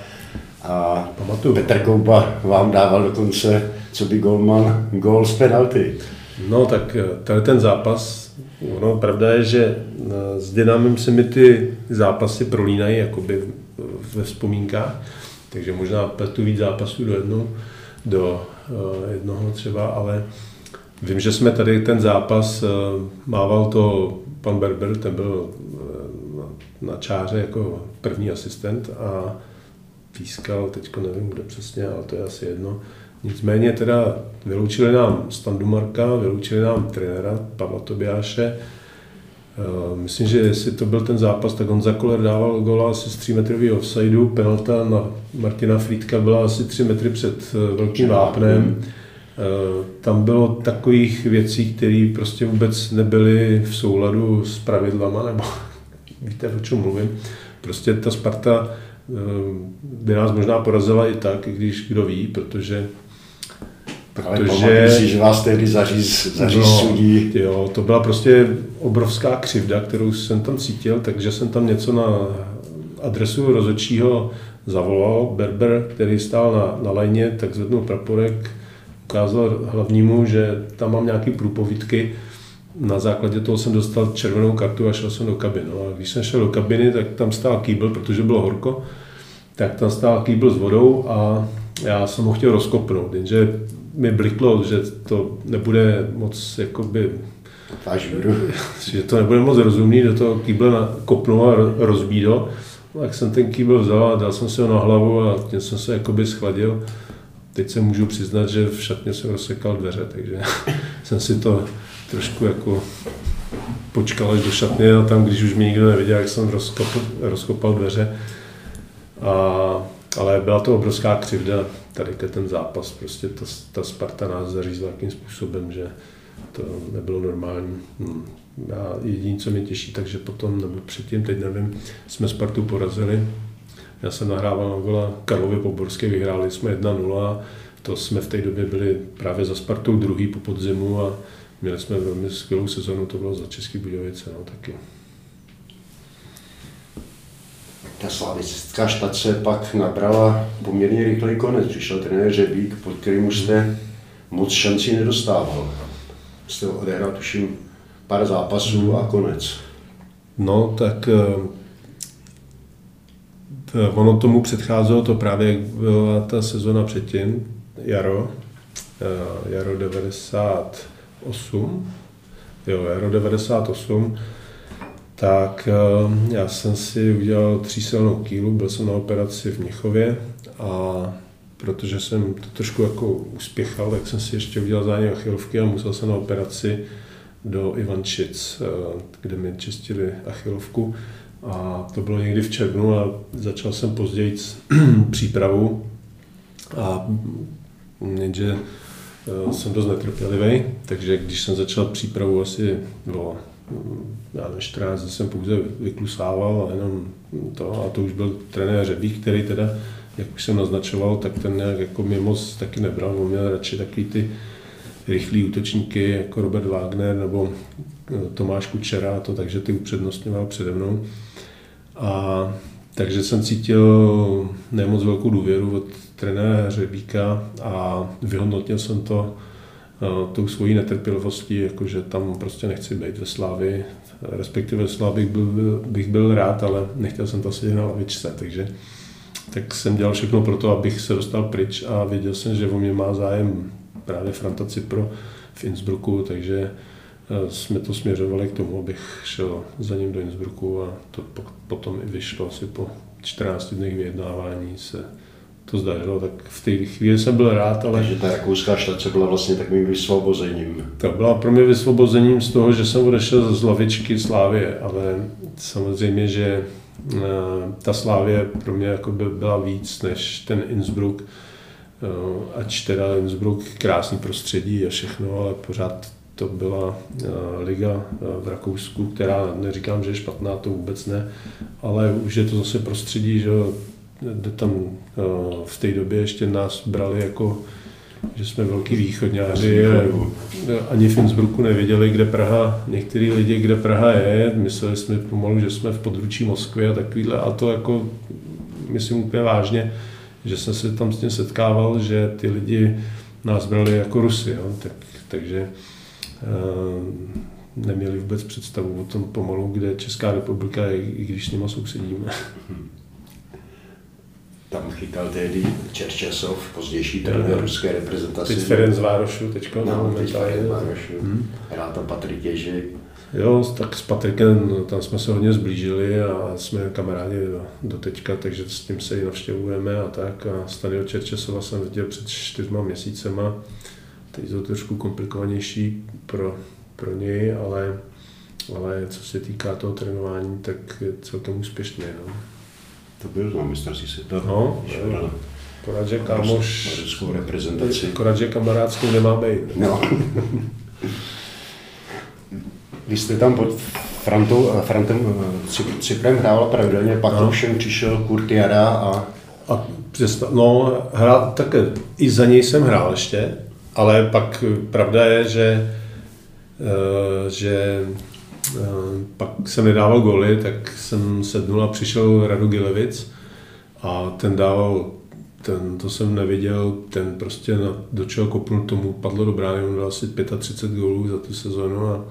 a Pamatuju. Petr Kouba vám dával dokonce, co by golman, gól z penalty. No tak tady ten zápas, no pravda je, že s Dynamem se mi ty zápasy prolínají jakoby ve vzpomínkách, takže možná pletu víc zápasů do jednoho, do jednoho třeba, ale vím, že jsme tady ten zápas, mával to pan Berber, ten byl na čáře jako první asistent a pískal, teďko nevím, kde přesně, ale to je asi jedno. Nicméně teda vyloučili nám Standu Marka, vyloučili nám trenéra Pavla Tobiáše. Myslím, že jestli to byl ten zápas, tak Honza Koller dával góla asi z tří metrového offsideu, penalta na Martina Frýdka byla asi tři metry před velkým vápnem. Tam bylo takových věcí, které prostě vůbec nebyly v souladu s pravidlama, nebo víte, o čem mluvím. Prostě ta Sparta by nás možná porazila i tak, i když kdo ví, protože ale pamatuju si, že vás tehdy zaříz, zaříz no, sudí. Jo, to byla prostě obrovská křivda, kterou jsem tam cítil, takže jsem tam něco na adresu rozhodčího zavolal. Berber, který stál na, na lajně, tak zvednul praporek, ukázal hlavnímu, že tam mám nějaké průpovídky. Na základě toho jsem dostal červenou kartu a šel jsem do kabiny. No a když jsem šel do kabiny, tak tam stál kýbl, protože bylo horko, tak tam stál kýbl s vodou a já jsem ho chtěl rozkopnout, jenže mi bliklo, že to nebude moc jakoby, že to nebude moc rozumný, do toho kýble kopnul a rozbídl. Tak jsem ten kýbl vzal a dal jsem si ho na hlavu a tím jsem se jakoby schladil. Teď se můžu přiznat, že v šatně jsem rozsekal dveře, takže jsem si to trošku jako počkal až do šatny a tam, když už mě nikdo neviděl, jak jsem rozkopal, rozkopal dveře. A, ale byla to obrovská křivda, tady ten zápas, prostě ta, ta Sparta nás zařízla jakým způsobem, že to nebylo normální. Hmm. A jediné, co mě těší, takže potom, nebo předtím, teď nevím, jsme Spartu porazili. Já jsem nahrával na gola Karlovy Poborské, vyhráli jsme jedna nula, to jsme v té době byli právě za Spartou druhý po podzimu a měli jsme velmi skvělou sezonu, to bylo za Český Budějovice, no taky. Ta slavická štace pak nabrala poměrně rychlý konec. Přišel trenér Řebík, pod kterým už jste moc šancí nedostával. Jste odehrál tuším pár zápasů a konec. No, tak t, ono tomu předcházelo to právě, jak byla ta sezona předtím, jaro, jaro devadesát osm, jo, jaro devadesát osm, tak já jsem si udělal třísilnou kýlu, byl jsem na operaci v Mnichově a protože jsem to trošku jako uspěchal, tak jsem si ještě udělal zánět achilovky a musel jsem na operaci do Ivančic, kde mi čistili achilovku a to bylo někdy v červnu a začal jsem později přípravu a jenže jsem dost netrpělivý, takže když jsem začal přípravu asi no, já nevím, čtrnáct dní jsem pouze vyklusával a jenom to a to už byl trenér Řebík, který teda, jak už jsem naznačoval, tak ten nějak jako mě moc taky nebral, on měl radši takový ty rychlý útočníky jako Robert Wagner nebo Tomáš Kučera, to, takže ty upřednostňoval přede mnou. A takže jsem cítil nemoc velkou důvěru od trenéra Řebíka a vyhodnotil jsem to tou svojí netrpělivostí, jakože tam prostě nechci být ve Slavii, respektive ve Slavii bych byl, bych byl rád, ale nechtěl jsem to sedět na lavičce, takže tak jsem dělal všechno pro to, abych se dostal pryč a věděl jsem, že o mě má zájem právě Franta Cipro v Innsbrucku, takže jsme to směřovali k tomu, abych šel za ním do Innsbrucku a to potom i vyšlo asi po čtrnácti dnech vyjednávání se to zdařilo, tak v té chvíli jsem byl rád, ale... Takže ta rakouská štace byla vlastně takovým vysvobozením. To byla pro mě vysvobozením z toho, že jsem odešel z lavičky Slávie, ale samozřejmě, že ta Slávie pro mě jako by byla víc než ten Innsbruck, ač teda Innsbruck krásný prostředí a všechno, ale pořád to byla liga v Rakousku, která neříkám, že je špatná, to vůbec ne, ale už je to zase prostředí, že tam v té době ještě nás brali jako, že jsme velký východňáři, ani v Innsbrucku nevěděli, kde Praha, některý lidi, kde Praha je, mysleli jsme pomalu, že jsme v područí Moskvy a takovýhle, a to jako, myslím úplně vážně, že jsem se tam s tím setkával, že ty lidi nás brali jako Rusy, jo? Tak, takže uh, neměli vůbec představu o tom pomalu, kde Česká republika je, i když s nima sousedíme. Tam chytal tehdy Čerčesov, pozdější trenér ruské reprezentace. Teď Ferenc Várošu, teďko. No, teď Ferenc Várošu. Hmm. Hrál tam Patrik Ježek. Jo, tak s Patrikem, tam jsme se hodně zblížili a jsme kamarádi do, do teďka, takže s tím se i navštěvujeme a tak. A Staniel Čerčesova jsem viděl před čtyřma měsícema. Teď je to trošku komplikovanější pro, pro něj, ale, ale co se týká toho trénování, tak je celkem úspěšný. No. To byl na mistrovství světa. No, akorát, že kámoš, ruskou reprezentaci. Akorát, že kamarádskou nemá být. No. Vy jste tam pod, Frantou, Frantem Cyprem hrával pravidelně, pak no. Ovšem přišel Kurt Jara a... a přesta- no, hrál, tak i za něj jsem hrál ještě, ale pak pravda je, že, uh, že uh, pak jsem nedával góly, tak jsem sednul a přišel Radu Gilevic a ten dával, ten, to jsem neviděl, ten prostě na, do čeho kopnul, tomu padlo do brány, on dal asi třicet pět gólů za tu sezonu a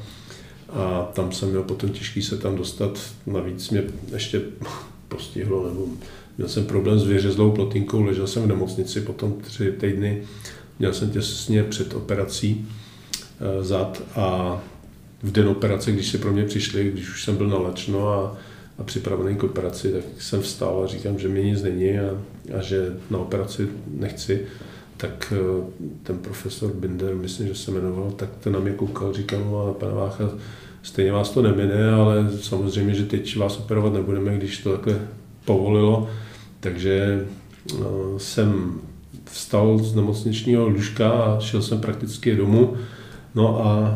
A tam jsem měl potom těžký se tam dostat, navíc mě ještě postihlo, nebo měl jsem problém s vyřezlou plotínkou, ležel jsem v nemocnici potom tři týdny, měl jsem těsně před operací e, zad a v den operace, když si pro mě přišli, když už jsem byl nalačno a, a připravený k operaci, tak jsem vstal a říkám, že mě nic není a, a že na operaci nechci. Tak ten profesor Binder, myslím, že se jmenoval, tak ten na mě koukal, říkal, no, pane Vácha, stejně vás to nemine, ale samozřejmě, že teď vás operovat nebudeme, když to takhle povolilo. Takže no, jsem vstal z nemocničního lůžka a šel jsem prakticky domů. No a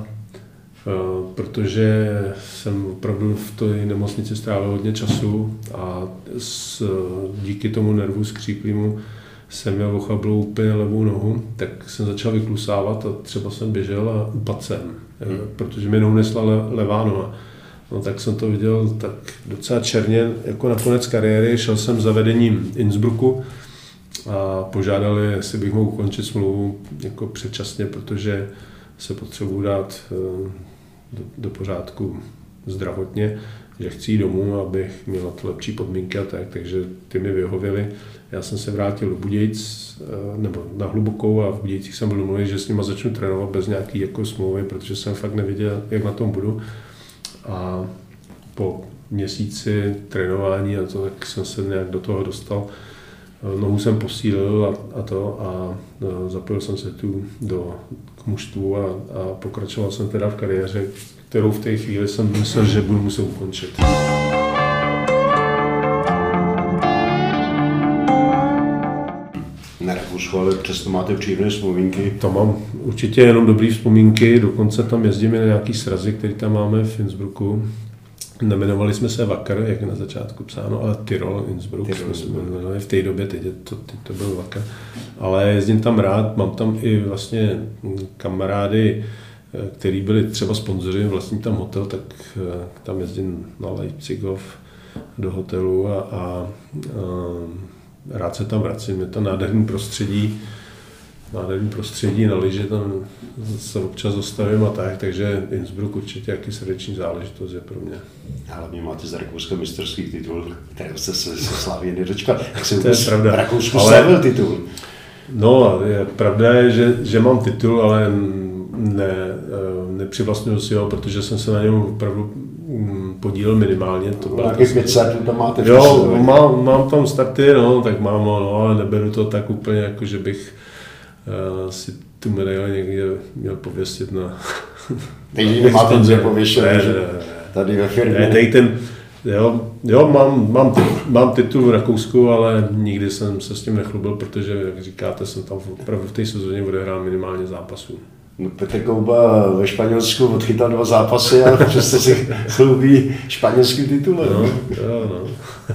e, protože jsem opravdu v té nemocnici strávil hodně času a s, díky tomu nervu skříplýmu jsem měl ochablou úplně levou nohu, tak jsem začal vyklusávat a třeba jsem běžel a upadl jsem, hmm. protože mi neunesla le, levá noha. No tak jsem to viděl tak docela černě, jako na konec kariéry, šel jsem za vedením Innsbrucku a požádali, jestli bych mohl ukončit smlouvu jako předčasně, protože se potřebuji dát do, do pořádku zdravotně, že chci jít domů, abych měl to lepší podmínky a tak, takže ty mi vyhověli. Já jsem se vrátil do Budějic, nebo na Hlubokou a v Budějicích jsem byl domluvil, že s nima začnu trénovat bez nějaký jako smlouvy, protože jsem fakt nevěděl, jak na tom budu. A po měsíci trénování a to, tak jsem se nějak do toho dostal. Nohu jsem posílil a, a to a zapojil jsem se tu do k mužstvu a, a pokračoval jsem teda v kariéře, kterou v té chvíli jsem myslel, že budu muset ukončit. Na Rakousku, ale přesto máte příjemné vzpomínky. To mám určitě jenom dobré vzpomínky, dokonce tam jezdíme na nějaký srazy, který tam máme v Innsbrucku. Nemenovali jsme se Wacker, jak je na začátku psáno, ale Tyrol, Innsbruck, Tyrol, jsme jmenovali v té době, teď, je to, teď to byl Wacker. Ale jezdím tam rád, mám tam i vlastně kamarády, který byli třeba sponzoři, vlastní tam hotel, tak tam jezdím na Leipzigov do hotelu a, a, a rád se tam vracím. Je to nádherný prostředí, nádherný prostředí na lyže, tam se občas zastavím a tak, takže Innsbruck určitě jaký srdeční záležitost je pro mě. A hlavně máte za Rakouska mistrovský titul, kterého jste se, se Slavii nedočkal. Jak se to je pravda. V Rakousku slavil titul? No, je, pravda je, že, že mám titul, ale ne, nepřivlastňuji si ho, protože jsem se na něm opravdu podílel minimálně. To bylo nějakých pět startů tam máte? Jo, mám, mám tam starty, no, tak mám, no, ale neberu to tak úplně, jako že bych uh, si tu medaili někde měl pověsit na... Takže nemáte kde pověšet, tady ve firmě? Ne, tady ten, jo, jo mám, mám, mám titul v Rakousku, ale nikdy jsem se s tím nechlubil, protože, jak říkáte, jsem tam opravdu v té sezóně odehrál minimálně zápasů. No, Petr Kouba ve Španělsku odchytal dva zápasy a přesto si chlubí španělský titul. No, jo, no.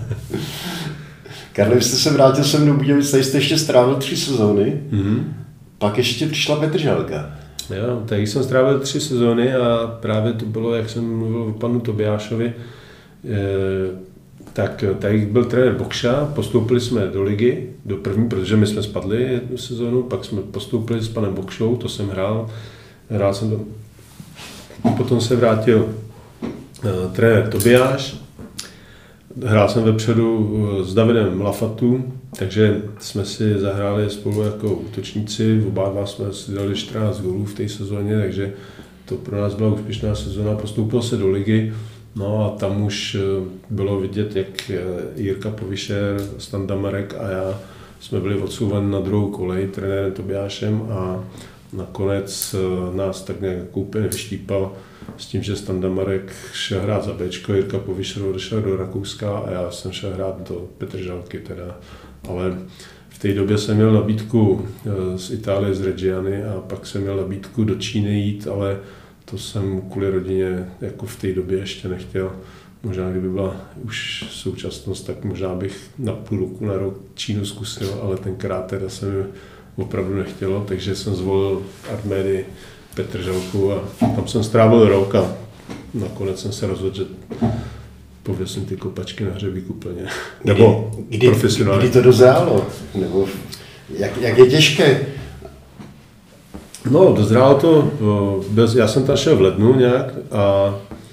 Karle, vy jste se vrátil sem do Budějovic, tady jste ještě strávil tři sezóny, mm-hmm. Pak ještě přišla Petržalka. Jo, tady jsem strávil tři sezóny a právě to bylo, jak jsem mluvil o panu Tobiášovi, e, tak tady byl trenér Bokša, postoupili jsme do ligy, do první, protože my jsme spadli jednu sezónu, pak jsme postoupili s panem Bokšou, to jsem hrál, hrál jsem to. Potom se vrátil uh, trenér Tobiáš, hrál jsem vepředu s Davidem Lafatu, takže jsme si zahráli spolu jako útočníci, oba dva jsme si dali čtrnáct gólů v té sezóně, takže to pro nás byla úspěšná sezóna, postoupil se do ligy. No a tam už bylo vidět, jak Jirka Povyšer, Standa Marek a já jsme byli odsouváni na druhou kolej trenérem Tobiášem a nakonec nás tak nějak úplně vyštípal s tím, že Standa Marek šel hrát za Bčko, Jirka Povyšer odešel do Rakouska a já jsem šel hrát do Petržalky teda. Ale v té době jsem měl nabídku z Itálie, z Reggiany a pak jsem měl nabídku do Číny jít, ale to jsem kvůli rodině jako v té době ještě nechtěl. Možná kdyby byla už současnost, tak možná bych na půl roku, na rok Čínu zkusil, ale tenkrát teda se mi opravdu nechtělo, takže jsem zvolil armédy Petržalku a tam jsem strávil rok a nakonec jsem se rozhodl, že pověsím ty kopačky na hřebík úplně. Nebo kdy, profesionálně. Kdy to dozrálo? Nebo jak, jak je těžké? No, dozrálo to, bez, já jsem tam šel v lednu nějak a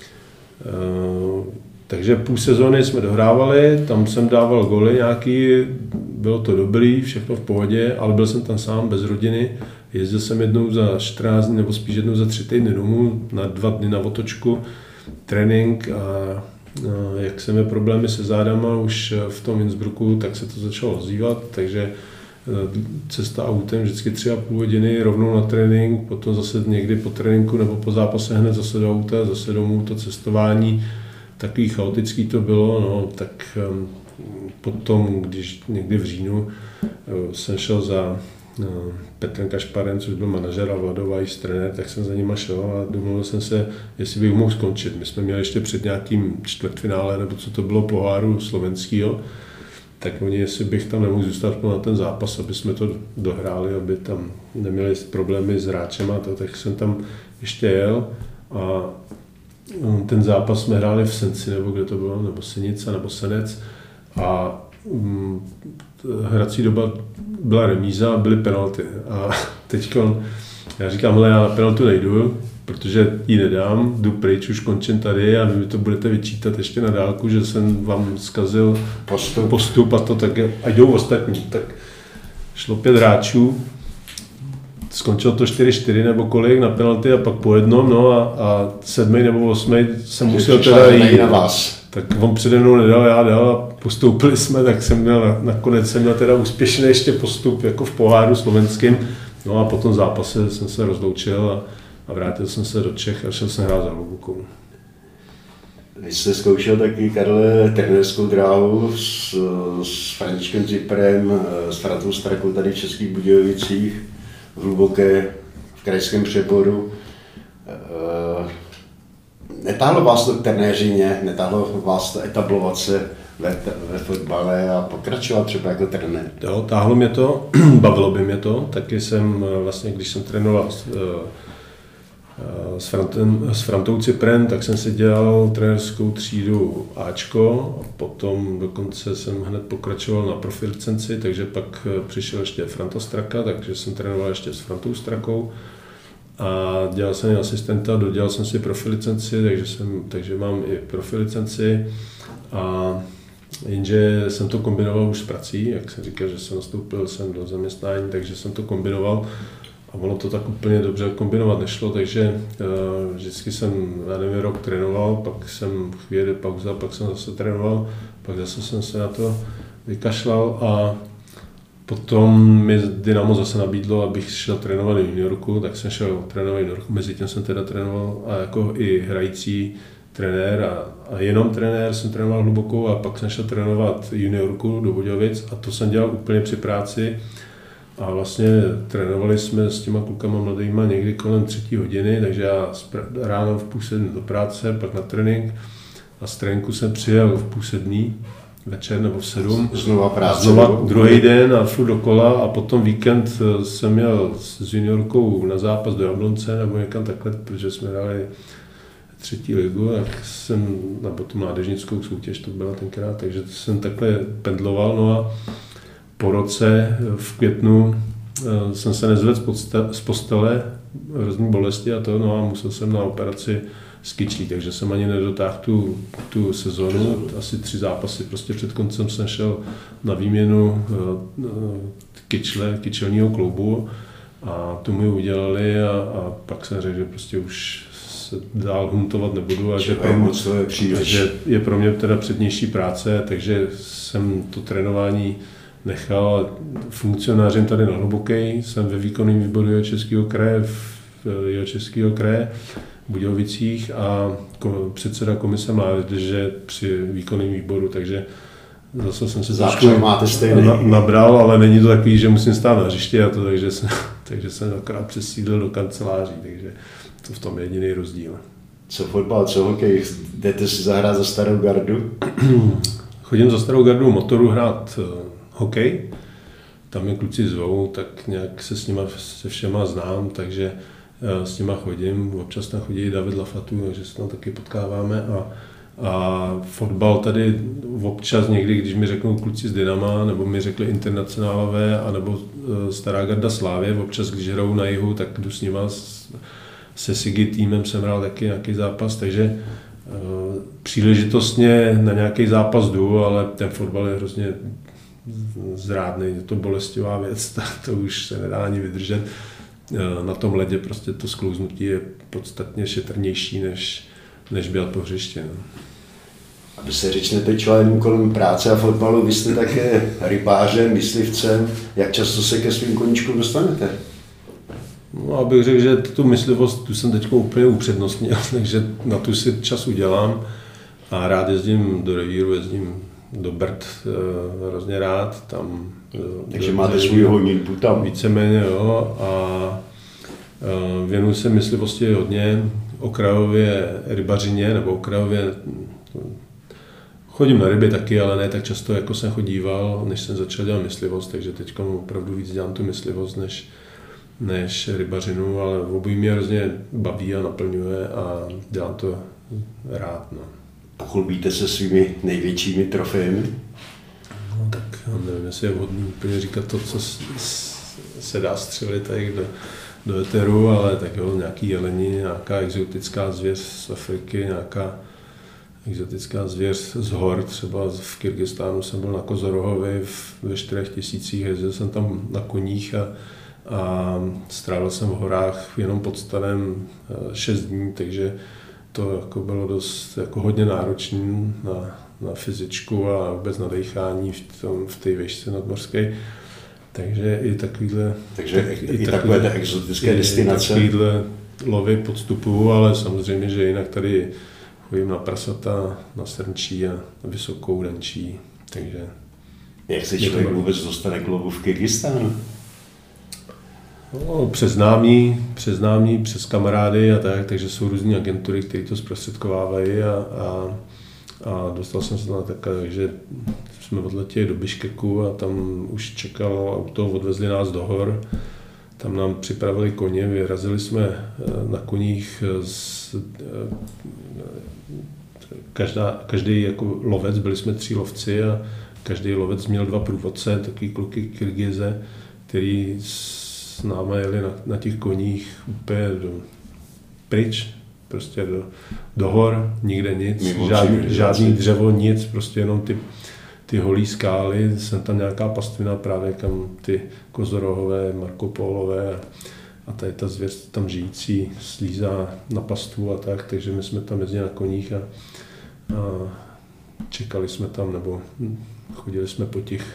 takže půl sezóny jsme dohrávali, tam jsem dával goly nějaký, bylo to dobrý, všechno v pohodě, ale byl jsem tam sám, bez rodiny. Jezdil jsem jednou za čtrnáct dní, nebo spíš jednou za tři týdny domů, na dva dny na otočku, trénink a, a jak jsem měl problémy se zádama už v tom Innsbrucku, tak se to začalo ozývat, takže cesta autem vždycky tři a půl hodiny rovnou na trénink, potom zase někdy po tréninku nebo po zápase hned zase do auta, zase domů, to cestování, takový chaotický to bylo, no, tak um, potom, když někdy v říjnu uh, jsem šel za uh, Petrem Kašparem, což byl manažer a Vlado Weiss, trenér, tak jsem za nima šel a domluvil jsem se, jestli bych mohl skončit. My jsme měli ještě před nějakým čtvrtfinále, nebo co to bylo, poháru slovenského, tak oni, jestli bych tam nemohl zůstat na ten zápas, aby jsme to dohráli, aby tam neměli problémy s hráčem a to, tak jsem tam ještě jel a ten zápas jsme hráli v Senci, nebo kde to bylo, nebo Senica, nebo Senec a um, hrací doba byla remíza a byly penalty a teď já říkám, hele, já na penaltu nejdu, protože ji nedám, jdu pryč, už končím tady a vy mi to budete vyčítat ještě na dálku, že jsem vám zkazil postup, postup a to tak, a jdou ostatní. Tak šlo pět hráčů, skončilo to čtyři čtyři nebo kolik na penalty a pak po jednom, no a, a sedmý nebo osmý jsem musel teda jít. Na vás. Tak on přede mnou nedal, já dal a postoupili jsme, tak jsem měl, nakonec jsem měl teda úspěšný ještě postup jako v poháru slovenským. No a po tom zápase jsem se rozloučil a, a vrátil jsem se do Čech a šel jsem hrát za Hlubokou. Vy jste zkoušel taky, Karle, trenérskou dráhu s, s Františkem Ziprem, s Frantou Strakou tady v Českých Budějovicích, v Hluboké, v krajském Přeboru. Netáhlo vás to k trenéřině, netáhlo vás to etablovat se ve, ve fotbale a pokračovat třeba jako trenér? Jo, táhlo mě to, bavilo by mě to, taky jsem vlastně, když jsem trénoval s, s, Frantem, s Frantou Ciprem, tak jsem si dělal trenérskou třídu Ačko a potom dokonce jsem hned pokračoval na profilicenci, takže pak přišel ještě Franta Straka, takže jsem trénoval ještě s Frantou Strakou. A dělal jsem asistenta, dodělal jsem si profilicenci, takže, jsem, takže mám i profilicenci. A jenže jsem to kombinoval už s prací, jak jsem říkal, že jsem nastoupil jsem do zaměstnání, takže jsem to kombinoval. A ono to tak úplně dobře kombinovat nešlo, takže uh, vždycky jsem, já nevím, rok trénoval, pak jsem chvíli pauza, pak jsem zase trénoval, pak zase jsem se na to vykašlal a potom mi Dynamo zase nabídlo, abych šel trénovat juniorku, tak jsem šel trénovat juniorku, mezi tím jsem teda trénoval a jako i hrající trenér a, a jenom trenér jsem trénoval Hlubokou a pak jsem šel trénovat juniorku do Budějovic a to jsem dělal úplně při práci a vlastně trénovali jsme s těma klukama mladýma někdy kolem třetí hodiny, takže já ráno v půl sedmi do práce, pak na trénink a z tréninku jsem přijel v půl sedmí večer nebo v sedm. Znova práce. Znova druhý den a furt dokola a potom víkend jsem měl s juniorkou na zápas do Jablonce nebo někam takhle, protože jsme hráli třetí ligu, tak jsem, nebo tu mládežnickou soutěž to byla tenkrát, takže jsem takhle pendloval, no a po roce v květnu jsem se nezvedl z postele, hrozný bolesti a to, no a musel jsem na operaci s kyčlí, takže jsem ani nedotáhl tu, tu sezonu, asi tři zápasy, prostě před koncem jsem šel na výměnu kyčle, kyčelního kloubu a tu mi udělali a, a pak jsem řekl, že prostě už se dál huntovat nebudu a že, pro mě, že je pro mě teda přednější práce, takže jsem to trénování nechal. Funkcionářem tady na Hluboké, jsem ve výkonném výboru Jihočeského kraje, v Jihočeského kraje v Budějovicích a předseda komise mládeže při výkonném výboru, takže zase jsem se trošku nabral, ale není to takový, že musím stát na hřišti a to, takže jsem, takže jsem akorát přesídlil do kanceláří, takže to v tom je jediný rozdíl. Co fotbal, co hokej? Jdete si zahrát za starou gardu? Chodím za starou gardu motoru hrát uh, hokej. Tam mě kluci zvou, tak nějak se s nima se všema znám, takže uh, s nima chodím. Občas tam chodí David Lafatu, takže se tam taky potkáváme. A, a fotbal tady občas někdy, když mi řeknou kluci z Dynama, nebo mi řekli Internacionálové, anebo uh, stará garda Slávě, občas když hrajou na jihu, tak jdu s nima s, se Sigi týmem jsem hrál taky nějaký zápas, takže uh, příležitostně na nějaký zápas jdu, ale ten fotbal je hrozně zrádný, je to bolestivá věc, tak to už se nedá ani vydržet. Uh, na tom ledě prostě to sklouznutí je podstatně šetrnější, než, než běhat po hřiště. No. Aby se řečnete členem kolem práce a fotbalu, vy jste také rybářem, myslivcem, jak často se ke svým koníčkům dostanete? No, abych řekl, že tu myslivost tu jsem teď úplně upřednostnil, takže na tu si čas udělám a rád jezdím do revíru, jezdím do Brd e, hrozně rád. Tam, takže do, máte svůj honitbu tam? Víceméně, jo. A e, věnuji se myslivosti hodně, okrajově rybařině, nebo okrajově, chodím na ryby taky, ale ne tak často, jako jsem chodíval, než jsem začal dělat myslivost, takže teď opravdu víc dělám tu myslivost, než než rybařinu, ale obojí mě hrozně baví a naplňuje a dělám to rád. No. Pochlubíte se svými největšími trofejemi? No, tak nevím, jestli je vhodný úplně říkat to, co se dá střelit tady do, do eteru, ale tak jo, nějaký jeleni, nějaká exotická zvěř z Afriky, nějaká exotická zvěř z hor, třeba v Kyrgyzstánu jsem byl na Kozorohovi ve čtyřech tisících, jezdil jsem tam na koních a a strávil jsem v horách jenom pod stanem šest dní, takže to jako bylo dost jako hodně náročné na, na fyzičku a vůbec na dechání v, tom, v té výšce nadmořské. Takže i takovýhle... Takže tak, i, i takové ty exotické i, destinace. Takovýhle lovy podstupuju, ale samozřejmě, že jinak tady chodím na prasata, na srnčí a na vysokou dančí, takže... Jak se člověk vůbec dostane k lovu v Kyrgyzstánu? No, přes známí, přes známí, přes kamarády a tak, takže jsou různé agentury, které to zprostředkovávají a, a, a dostal jsem se na takové, takže jsme odletěli do Biškeku a tam už čekalo auto, odvezli nás do hor, tam nám připravili koně, vyrazili jsme na koních, z, každá, každý jako lovec, byli jsme tři lovci a každý lovec měl dva průvodce, takový kluky Kyrgyze, který s náma jeli na, na těch koních úplně do pryč, prostě do, do hor, nikde nic, žádný, žádný dřevo, nic, prostě jenom ty, ty holí skály, jsem tam nějaká pastvina právě kam ty kozorohové, markopólové a, a tady ta zvěř tam žijící slízá na pastvu a tak, takže my jsme tam jezdili na koních a, a čekali jsme tam, nebo chodili jsme po těch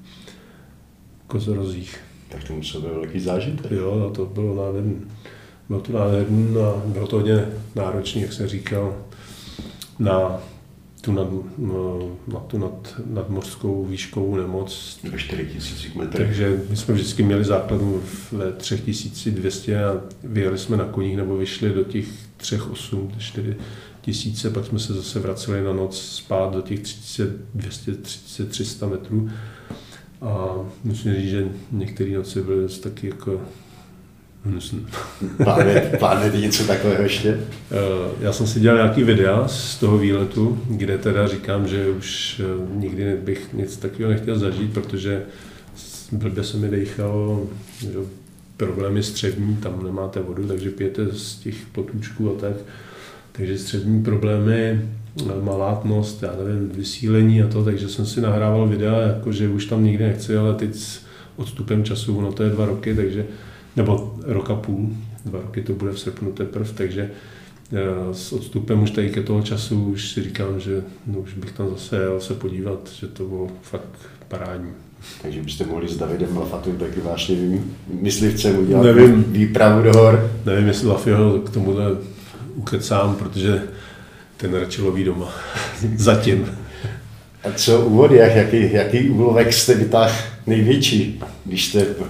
kozorozích. Tak to musel být velký zážitek. Jo, to bylo nádherný. Bylo to nádherný a bylo to hodně náročný, jak jsem říkal, na tu, nad, na tu nad, nadmořskou výškovou nemoc. Ve čtyři tisíce metrů. Takže my jsme vždycky měli základnu ve tři tisíce dvě stě a vyjeli jsme na koních nebo vyšli do těch tři osm, čtyři tisíce, pak jsme se zase vraceli na noc spát do těch tři tisíce dvě stě, tři sta metrů. A musím říct, že některé noci byly dost taky jako hnusné. Plánujete něco takového ještě? Já jsem si dělal nějaký videa z toho výletu, kde teda říkám, že už nikdy bych nic takového nechtěl zažít, protože blbě se mi dejchalo, že problémy střevní, tam nemáte vodu, takže pijete z těch potůčků a tak. Takže střevní problémy, malátnost, já nevím, vysílení a to, takže jsem si nahrával videa, jakože už tam nikdy nechci, ale teď s odstupem času, no to je dva roky, takže, nebo rok a půl, dva roky to bude v srpnu teprv, takže s odstupem už tady ke toho času už si říkám, že no, už bych tam zase jel se podívat, že to bylo fakt parádní. Takže byste mohli s Davidem Lafatou taky vášnivým myslivcem udělat nevím, výpravu do hor? Nevím, jestli Lafio k tomuhle ukecám, protože ten radši loví doma. Zatím. A co u vody, jaký, jaký úlovek jste vytáhl největší, když jste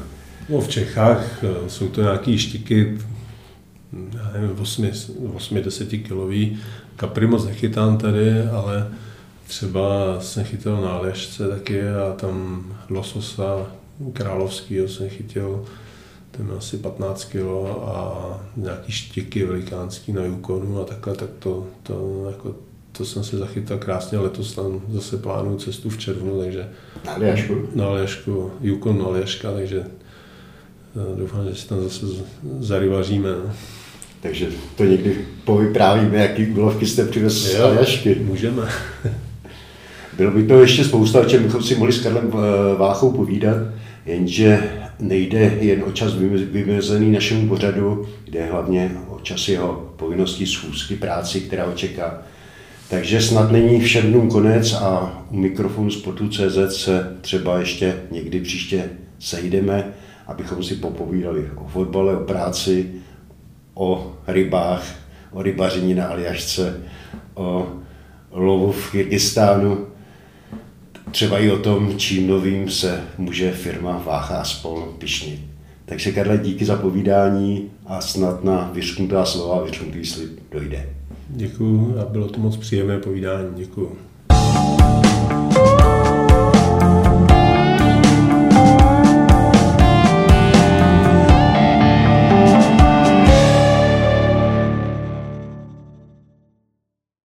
No, v Čechách jsou to nějaké štiky, já nevím, osm deset kilový. Kapry moc nechytám tady, ale třeba jsem chytil na Aljašce taky a tam lososa královskýho jsem chytil, ten byl asi patnáct kilo a nějaký štiky velikánský na Yukonu a takhle, tak to, to, jako, to jsem si zachytal krásně. Letos tam zase plánuju cestu v červnu, takže na Aljašku? Na Aljašku, Yukon Aljaška, takže doufám, že si tam zase zaryvaříme. No. Takže to někdy povyprávíme, jaký úlovky jste přivez z Aljašky. Můžeme. Bylo by to ještě spousta, o čem bychom si mohli s Karlem Váchou povídat, jenže nejde jen o čas vymezený našemu pořadu, jde hlavně o čas jeho povinností, schůzky, práci, která ho čeká. Takže snad není všem dnům konec a u mikrofonu Sportu tečka cé zet se třeba ještě někdy příště sejdeme, abychom si popovídali o fotbale, o práci, o rybách, o rybařině na Aljašce, o lovu v Kyrgyzstánu, třeba i o tom, čím novým se může firma Vácha a spol pyšnit. Takže Karle, díky za povídání a snad na vyřknutá slova, vyřknutý slib dojde. Děkuju a bylo to moc příjemné povídání. Děkuju.